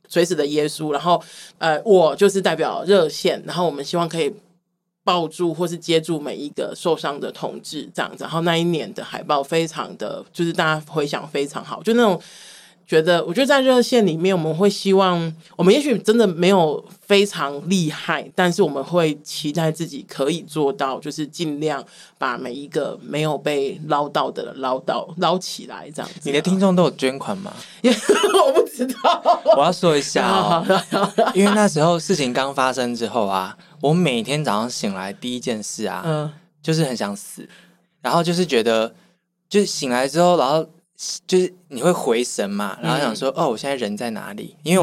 随时的耶稣，然后我就是代表热线，然后我们希望可以抱住或是接住每一个受伤的同志这样子。然后那一年的海报非常的，就是大家回响非常好，就那种觉得，我觉得在热线里面，我们会希望，我们也许真的没有非常厉害，但是我们会期待自己可以做到，就是尽量把每一个没有被捞到的捞起来，这样子。 你的听众都有捐款吗？ 我不知道， 我要说一下哦，因为那时候事情刚发生之后啊，我每天早上醒来第一件事啊，就是很想死，然后就是觉得，就是醒来之后，然后就是你会回神嘛，然后想说，我现在人在哪里？因为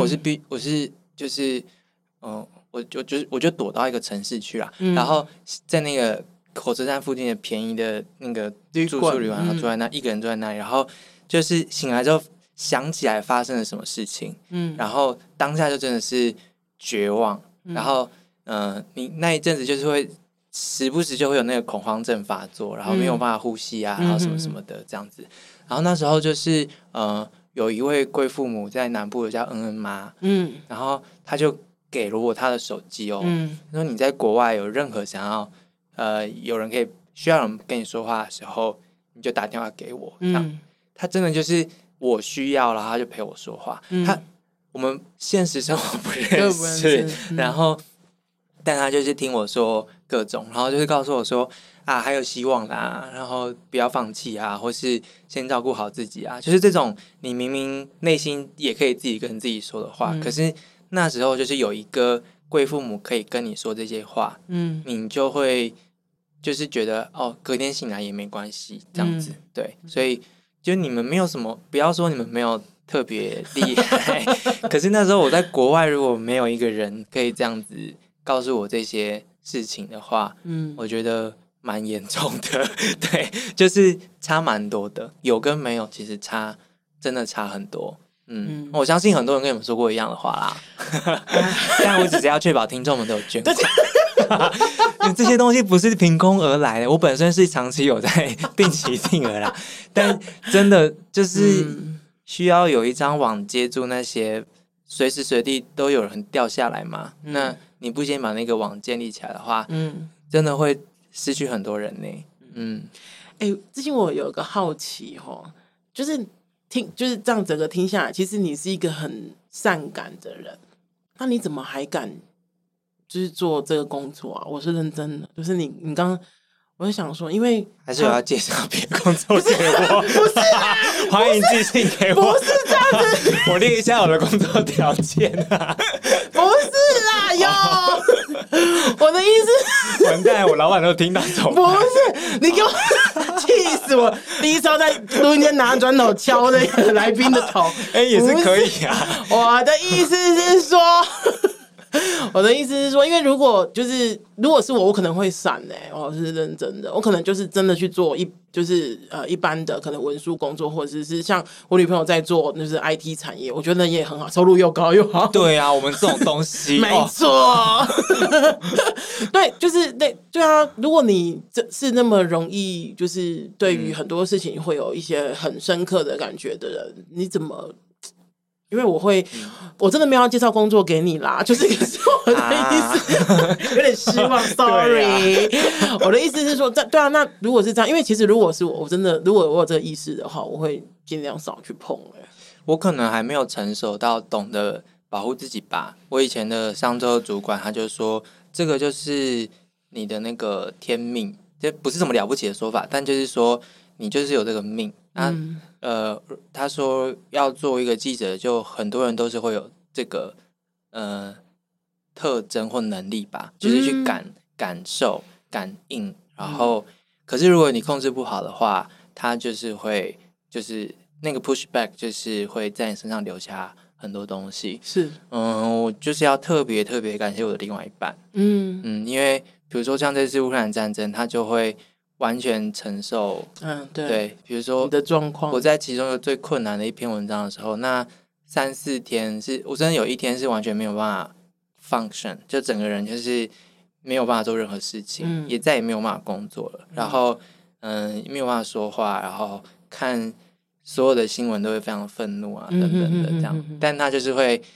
我就躲到一个城市去啦，然后在那个火车站附近的便宜的那个住宿旅馆，然后住在那，一个人住在那里，然后就是醒来之后想起来发生了什么事情，然后当下就真的是绝望，然后你那一阵子就是会时不时就会有那个恐慌症发作，然后没有办法呼吸啊，然后什么什么的这样子。然后那时候就是有一位贵父母在南部有叫恩恩妈，然后他就给了我他的手机哦，他说你在国外有任何想要有人需要人跟你说话的时候，你就打电话给我，这样。他真的就是我需要了，他就陪我说话。我们现实生活不认识，然后但他就是听我说各种，然后就是告诉我说还有希望啦，然后不要放弃啊，或是先照顾好自己啊，就是这种你明明内心也可以自己跟自己说的话，可是那时候就是有一个贵父母可以跟你说这些话，你就会就是觉得隔天醒来也没关系这样子，对，所以就你们没有什么，不要说你们没有特别厉害可是那时候我在国外，如果没有一个人可以这样子告诉我这些事情的话，我觉得蛮严重的对，就是差蛮多的，有跟没有其实真的差很多。我相信很多人跟你们说过一样的话啦但我只是要确保听众们都有捐款因为这些东西不是凭空而来的，我本身是长期有在定期定额啦但真的就是需要有一张网接住那些随时随地都有人掉下来嘛，那你不先把那个网建立起来的话，真的会失去很多人呢。 之前我有一个好奇就是就是这样整个听下来，其实你是一个很善感的人，那你怎么还敢就是做这个工作啊？我是认真的，就是你刚刚我就想说，因为还是有要介绍别的工作给我， 不是欢迎寄信给我， 不是这样子我列一下我的工作条件啊， 不是啦哟，我的意思完蛋，我老板都听到怎么办？ 不是你给我气死我！第一招在录音间拿砖头敲那个来宾的头， 也是可以啊。 我的意思是说。我的意思是说，因为如果是我可能会闪我是认真的，我可能就是真的去做一般的可能文书工作，或者是像我女朋友在做就是 IT 产业，我觉得也很好，收入又高又好。 对啊，我们这种东西没错对，就是对啊，如果你是那么容易就是对于很多事情会有一些很深刻的感觉的人，你怎么因为我真的没有要介绍工作给你啦，就是可是我的意思有点失望，sorry 我的意思是说对啊，那如果是这样，因为其实如果是我真的如果我有这个意识的话，我会尽量少去碰我可能还没有成熟到懂得保护自己吧。我以前的上周主管他就说，这个就是你的那个天命，这不是什么了不起的说法，但就是说你就是有这个命他说要做一个记者，就很多人都是会有这个特征或能力吧，就是去感受、感应，然后可是如果你控制不好的话，他就是会就是那个 pushback 就是会在你身上留下很多东西。 是我就是要特别特别感谢我的另外一半，因为比如说像这次乌克兰战争，他就会完全承受对，比如说你的状况， 我在其中一个最困难的一篇文章的时候，那3-4天我真的有一天是完全没有办法 function， 就整个人就是没有办法做任何事情，也再也没有办法工作了，然后没有办法说话，然后看所有的新闻都会非常愤怒啊等等的这样，但他就是会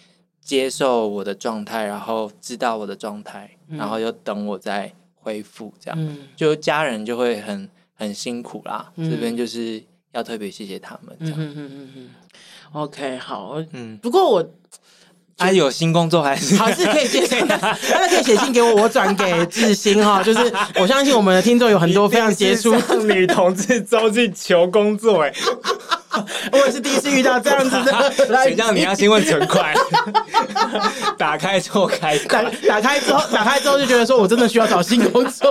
接受我的状态，然后知道我的状态，然后又等我再恢复，这样，就家人就会很辛苦啦。这边就是要特别谢谢他们，这样。 OK， 好，不过我。 有新工作还是可以介绍，大家可以写信给我，我转给志兴哈。就是我相信我们的听众有很多非常杰出女同志周去求工作， 我也是第一次遇到这样子的。 谁叫你要先问存款？打开之后开款， 打开之后就觉得说我真的需要找新工作。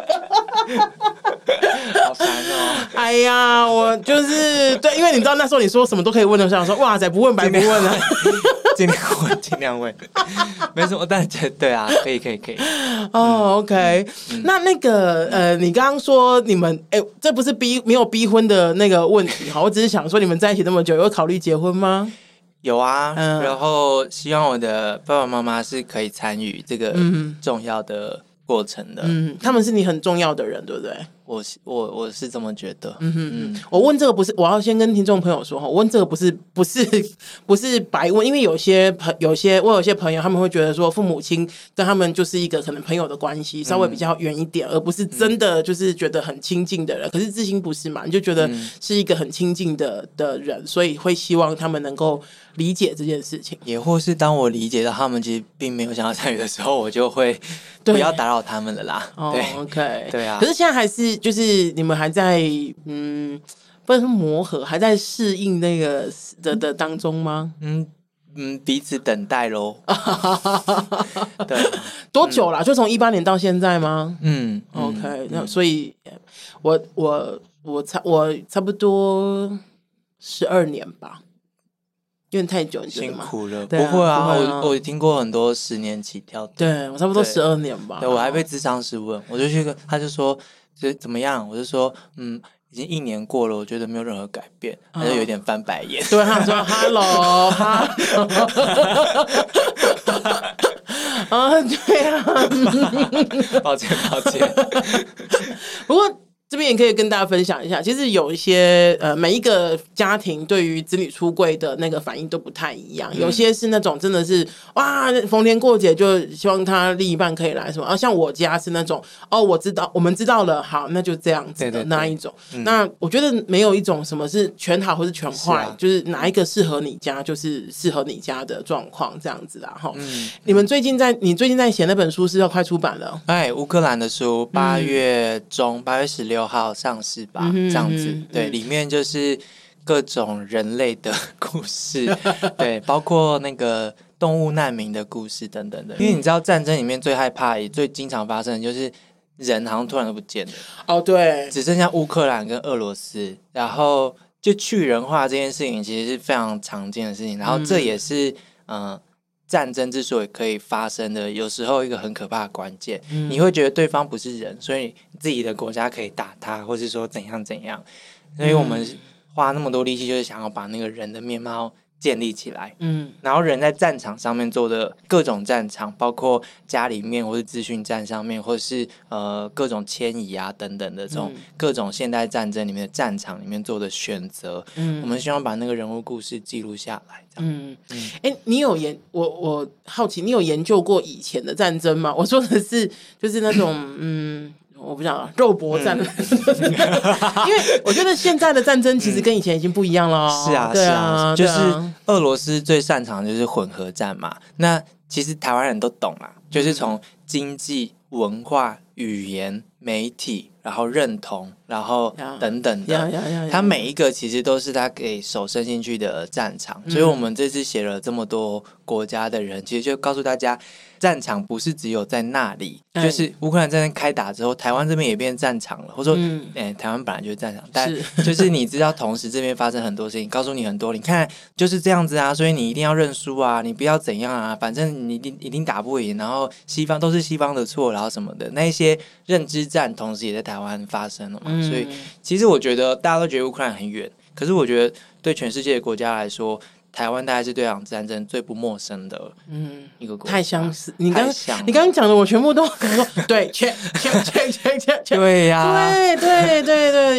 好烦哦！ 哎呀，我就是对，因为你知道那时候你说什么都可以问的，我想说哇塞，不问白不问啊。 尽量问，没什么，但对啊，可以。 OK，那个你刚刚说你们这不是没有逼婚的那个问题哈，我只是想说你们在一起那么久，有考虑结婚吗？ 有啊，然后希望我的爸爸妈妈是可以参与这个重要的过程的。 他们是你很重要的人，对不对？ 我是这么觉得。 我问这个不是，我要先跟听众朋友说哈，我问这个不是白问，因为有些朋友他们会觉得说父母亲跟他们就是一个可能朋友的关系，稍微比较远一点，而不是真的就是觉得很亲近的人。可是志兴不是嘛，你就觉得是一个很亲近的人，所以会希望他们能够理解这件事情。 也或是当我理解到他们其实并没有想要参与的时候，我就会不要打扰他们了啦。对 ，OK， 对啊。 可是现在还是就是你们还在不能说磨合，还在适应那个的当中吗？ 彼此等待咯。对， 多久啦？就从18年到现在吗？OK，那所以我差不多12年吧。有点太久，你觉得吗？ 辛苦了，不会啊，我听过很多10年起跳的。 对，我差不多12年吧。 对，我还被諮商师问，我就去跟他就说怎么样，我就说已经1年过了，我觉得没有任何改变，他就有点翻白眼。 对，他说 “hello”， 对啊， 抱歉。 不过。这边也可以跟大家分享一下，其实有一些每一个家庭对于子女出柜的那个反应都不太一样，有些是那种真的是哇逢年过节就希望他另一半可以来什么，像我家是那种我们知道了，好，那就这样子的对那一种。那我觉得没有一种什么是全好或是全坏，就是哪一个适合你家就是适合你家的状况这样子啦。你最近在写那本书是要快出版了， 乌克兰的书8月16号上市吧，这样子。对，里面就是各种人类的故事，对，包括那个动物难民的故事等等的。因为你知道战争里面最害怕也最经常发生的就是人好像突然都不见了。对，只剩下乌克兰跟俄罗斯，然后就去人化这件事情其实是非常常见的事情，然后这也是战争之所以可以发生的，有时候一个很可怕的关键，你会觉得对方不是人，所以自己的国家可以打他，或是说怎样，所以我们花那么多力气，就是想要把那个人的面貌建立起来。然后人在战场上面做的各种战场，包括家里面或是资讯战上面，或是各种迁移啊等等的这种各种现代战争里面的战场里面做的选择，我们希望把那个人物故事记录下来。 你有我好奇，你有研究过以前的战争吗？我说的是就是那种我不想肉搏战，因为我觉得现在的战争其实跟以前已经不一样了。 是啊，就是俄罗斯最擅长的就是混合战嘛。那其实台湾人都懂啦，就是从经济、文化、语言、媒体，然后认同，然后等等的，它每一个其实都是他给手伸进去的战场。所以我们这次写了这么多国家的人，其实就告诉大家，战场不是只有在那里，就是乌克兰战争开打之后，台湾这边也变战场了，或者说台湾本来就是战场，但就是你知道同时这边发生很多事情，告诉你很多，你看就是这样子啊，所以你一定要认输啊，你不要怎样啊，反正你一定打不赢，然后西方都是西方的错，然后什么的，那一些认知战同时也在台湾发生了嘛。所以其实我觉得大家都觉得乌克兰很远，可是我觉得对全世界的国家来说，台湾大概是对这场战争最不陌生的一个国家。 太相似，你刚刚讲的我全部都对，check， 对呀， 对，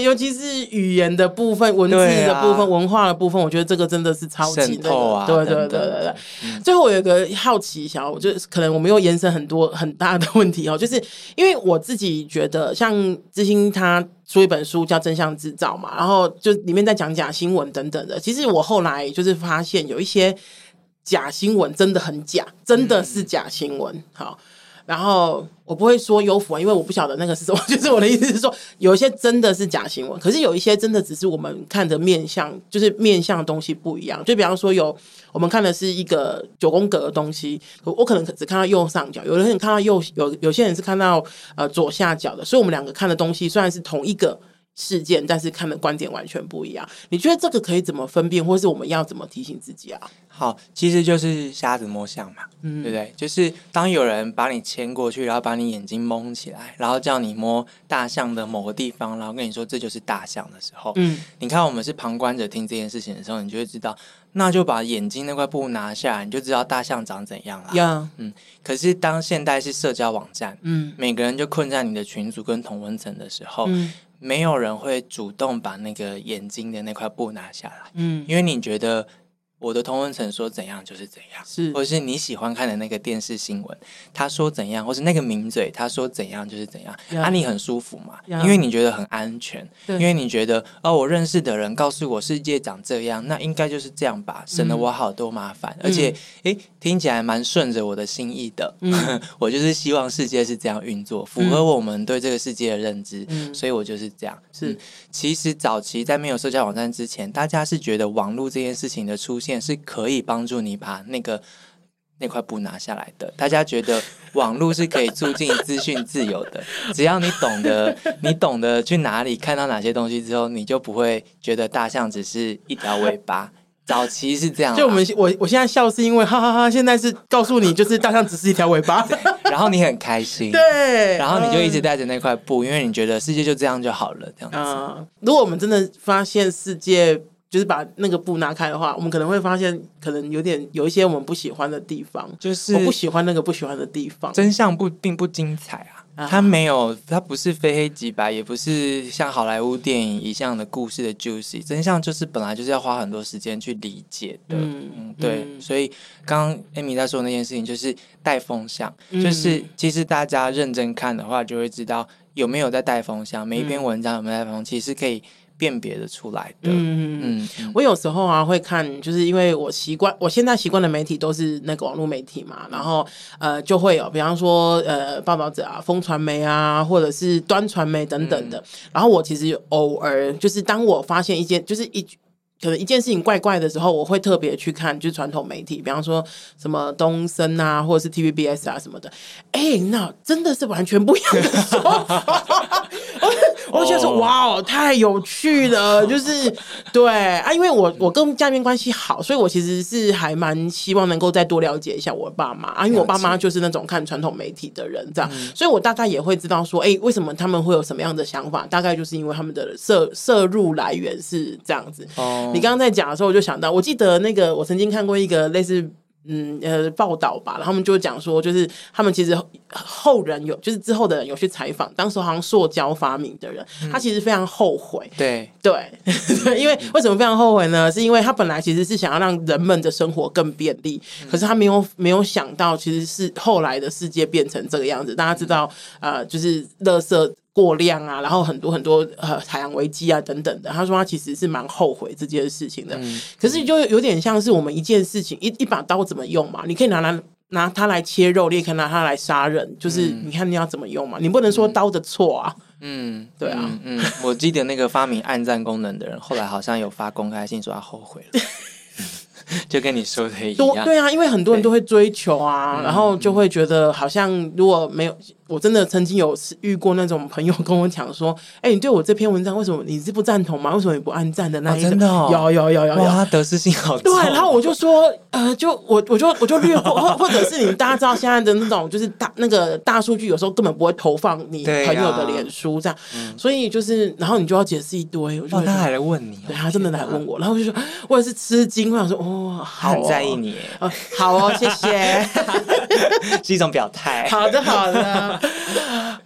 尤其是语言的部分、文字的部分、文化的部分，我觉得这个真的是超级渗透啊， 对。最后我有一个好奇想，我就是可能我们又延伸很大的问题就是因为我自己觉得，像知心他出一本书叫《真相制造》嘛，然后就里面在讲假新闻等等的。其实我后来就是发现有一些假新闻真的很假，真的是假新闻。好。然后我不会说优抚因为我不晓得那个是什么，就是我的意思是说，有一些真的是假新闻，可是有一些真的只是我们看的面向，就是面向的东西不一样。就比方说我们看的是一个9宫格的东西，我可能只看到右上角，有人看到有些人是看到左下角的，所以我们两个看的东西虽然是同一个事件，但是看的观点完全不一样。你觉得这个可以怎么分辨，或是我们要怎么提醒自己啊？ 好，其实就是瞎子摸象嘛，对不对？就是当有人把你牵过去，然后把你眼睛蒙起来，然后叫你摸大象的某个地方，然后跟你说这就是大象的时候，你看我们是旁观者听这件事情的时候，你就会知道，那就把眼睛那块布拿下来，你就知道大象长怎样了。可是当现代是社交网站，每个人就困在你的群组跟同温层的时候，没有人会主动把那个眼睛的那块布拿下来，因为你觉得我的同温层说怎样就是怎样，是，或者是你喜欢看的那个电视新闻，他说怎样，或是那个名嘴他说怎样就是怎样，你很舒服嘛，因为你觉得很安全，因为你觉得我认识的人告诉我世界长这样，那应该就是这样吧，省得我好多麻烦，而且听起来蛮顺着我的心意的，我就是希望世界是这样运作，符合我们对这个世界的认知，所以我就是这样。是，其实早期在没有社交网站之前，大家是觉得网络这件事情的出现是可以帮助你把那块布拿下来的。大家觉得网络是可以促进资讯自由的，只要你懂得去哪里看到哪些东西之后，你就不会觉得大象只是一条尾巴。早期是这样， 就我现在笑是因为哈哈哈，现在是告诉你就是大象只是一条尾巴， 然后你很开心， 对， 然后你就一直带着那块布，因为你觉得世界就这样就好了，这样子。 如果我们真的发现世界就是把那个布拿开的话，我们可能会发现可能有一些我们不喜欢的地方，就是我不喜欢那个不喜欢的地方。 真相并不精彩啊，它不是非黑即白，也不是像好莱坞电影一样的故事的 juicy。真相就是本来就是要花很多时间去理解的，对。所以刚刚 Amy 在说的那件事情就是带风向，就是其实大家认真看的话，就会知道有没有在带风向，每一篇文章有没有带风向，其实可以辨别的出来的。 我有时候会看，就是因为我现在习惯的媒体都是那个网络媒体嘛，然后就会有比方说报道者啊、风传媒啊，或者是端传媒等等的。然后我其实偶尔就是当我发现可能一件事情怪怪的时候，我会特别去看就是传统媒体，比方说什么东森啊，或者是 TVBS 啊什么的。那真的是完全不一样的说法。我就觉得说哇，太有趣了，就是对啊，因为我跟家里面关系好，所以我其实是还蛮希望能够再多了解一下我爸妈啊，因为我爸妈就是那种看传统媒体的人，这样，所以我大概也会知道说，为什么他们会有什么样的想法，大概就是因为他们的摄入来源是这样子。你刚刚在讲的时候，我就想到，我记得那个我曾经看过一个类似报道吧，然后他们就讲说，就是他们其实后人就是之后的人有去采访，当时好像塑胶发明的人，他其实非常后悔。对，因为为什么非常后悔呢？是因为他本来其实是想要让人们的生活更便利，可是他没有想到，其实是后来的世界变成这个样子。大家知道，就是垃圾过量啊，然后很多很多海洋危机啊等等的。他说他其实是蛮后悔这件事情的，可是就有点像是我们一件事情一把刀怎么用嘛，你可以拿它来切肉，你也可以拿它来杀人，就是你看你要怎么用嘛，你不能说刀的错啊。对啊， 我记得那个发明按赞功能的人，后来好像有发公开信说他后悔了。就跟你说的一样， 对啊，因为很多人都会追求啊，然后就会觉得好像如果没有，我真的曾经有遇过那种朋友跟我讲说，你对我这篇文章为什么你是不赞同吗？为什么你不按赞的那一种？ 真的有， 哇，得失心好重。 对，然后我就说，我就略过，或者是大家知道现在的那种就是那个大数据有时候根本不会投放你朋友的脸书这样，所以就是然后你就要解释一堆。 他还来问你， 对，他真的来问我，然后我就说我也是吃惊，我想说好很在意你， 好谢谢， 是一种表态。 好的。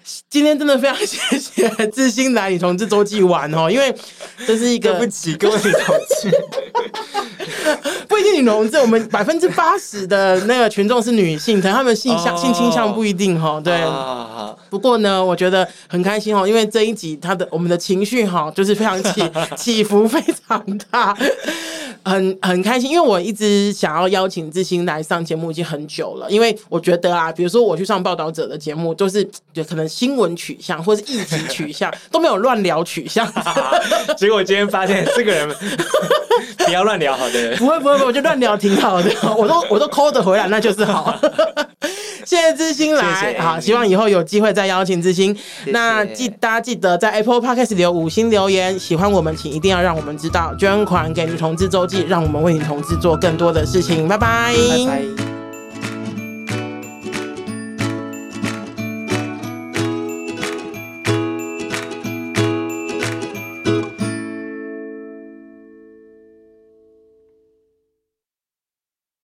今天真的非常谢谢志兴来女同志周记玩哦，因为这是一个对不起各位女同志。 不一定女同志，我们80%的那个群众是女性，可能他们性倾向不一定哈。对，不过呢，我觉得很开心哦，因为这一集我们的情绪哈，就是非常起伏非常大。很开心，因为我一直想要邀请志兴来上节目已经很久了，因为我觉得啊，比如说我去上报道者的节目，都是就可能新闻取向或是议题取向都没有乱聊取向， 结果今天发现这个人不要乱聊，好的， 不会，我就乱聊挺好的，我都抠得回来，那就是好。谢谢志兴来，好，希望以后有机会再邀请志兴。那大家记得在 Apple Podcast 留5星留言，喜欢我们请一定要让我们知道，捐款给女同志周记，让我们为女同志做更多的事情。拜拜。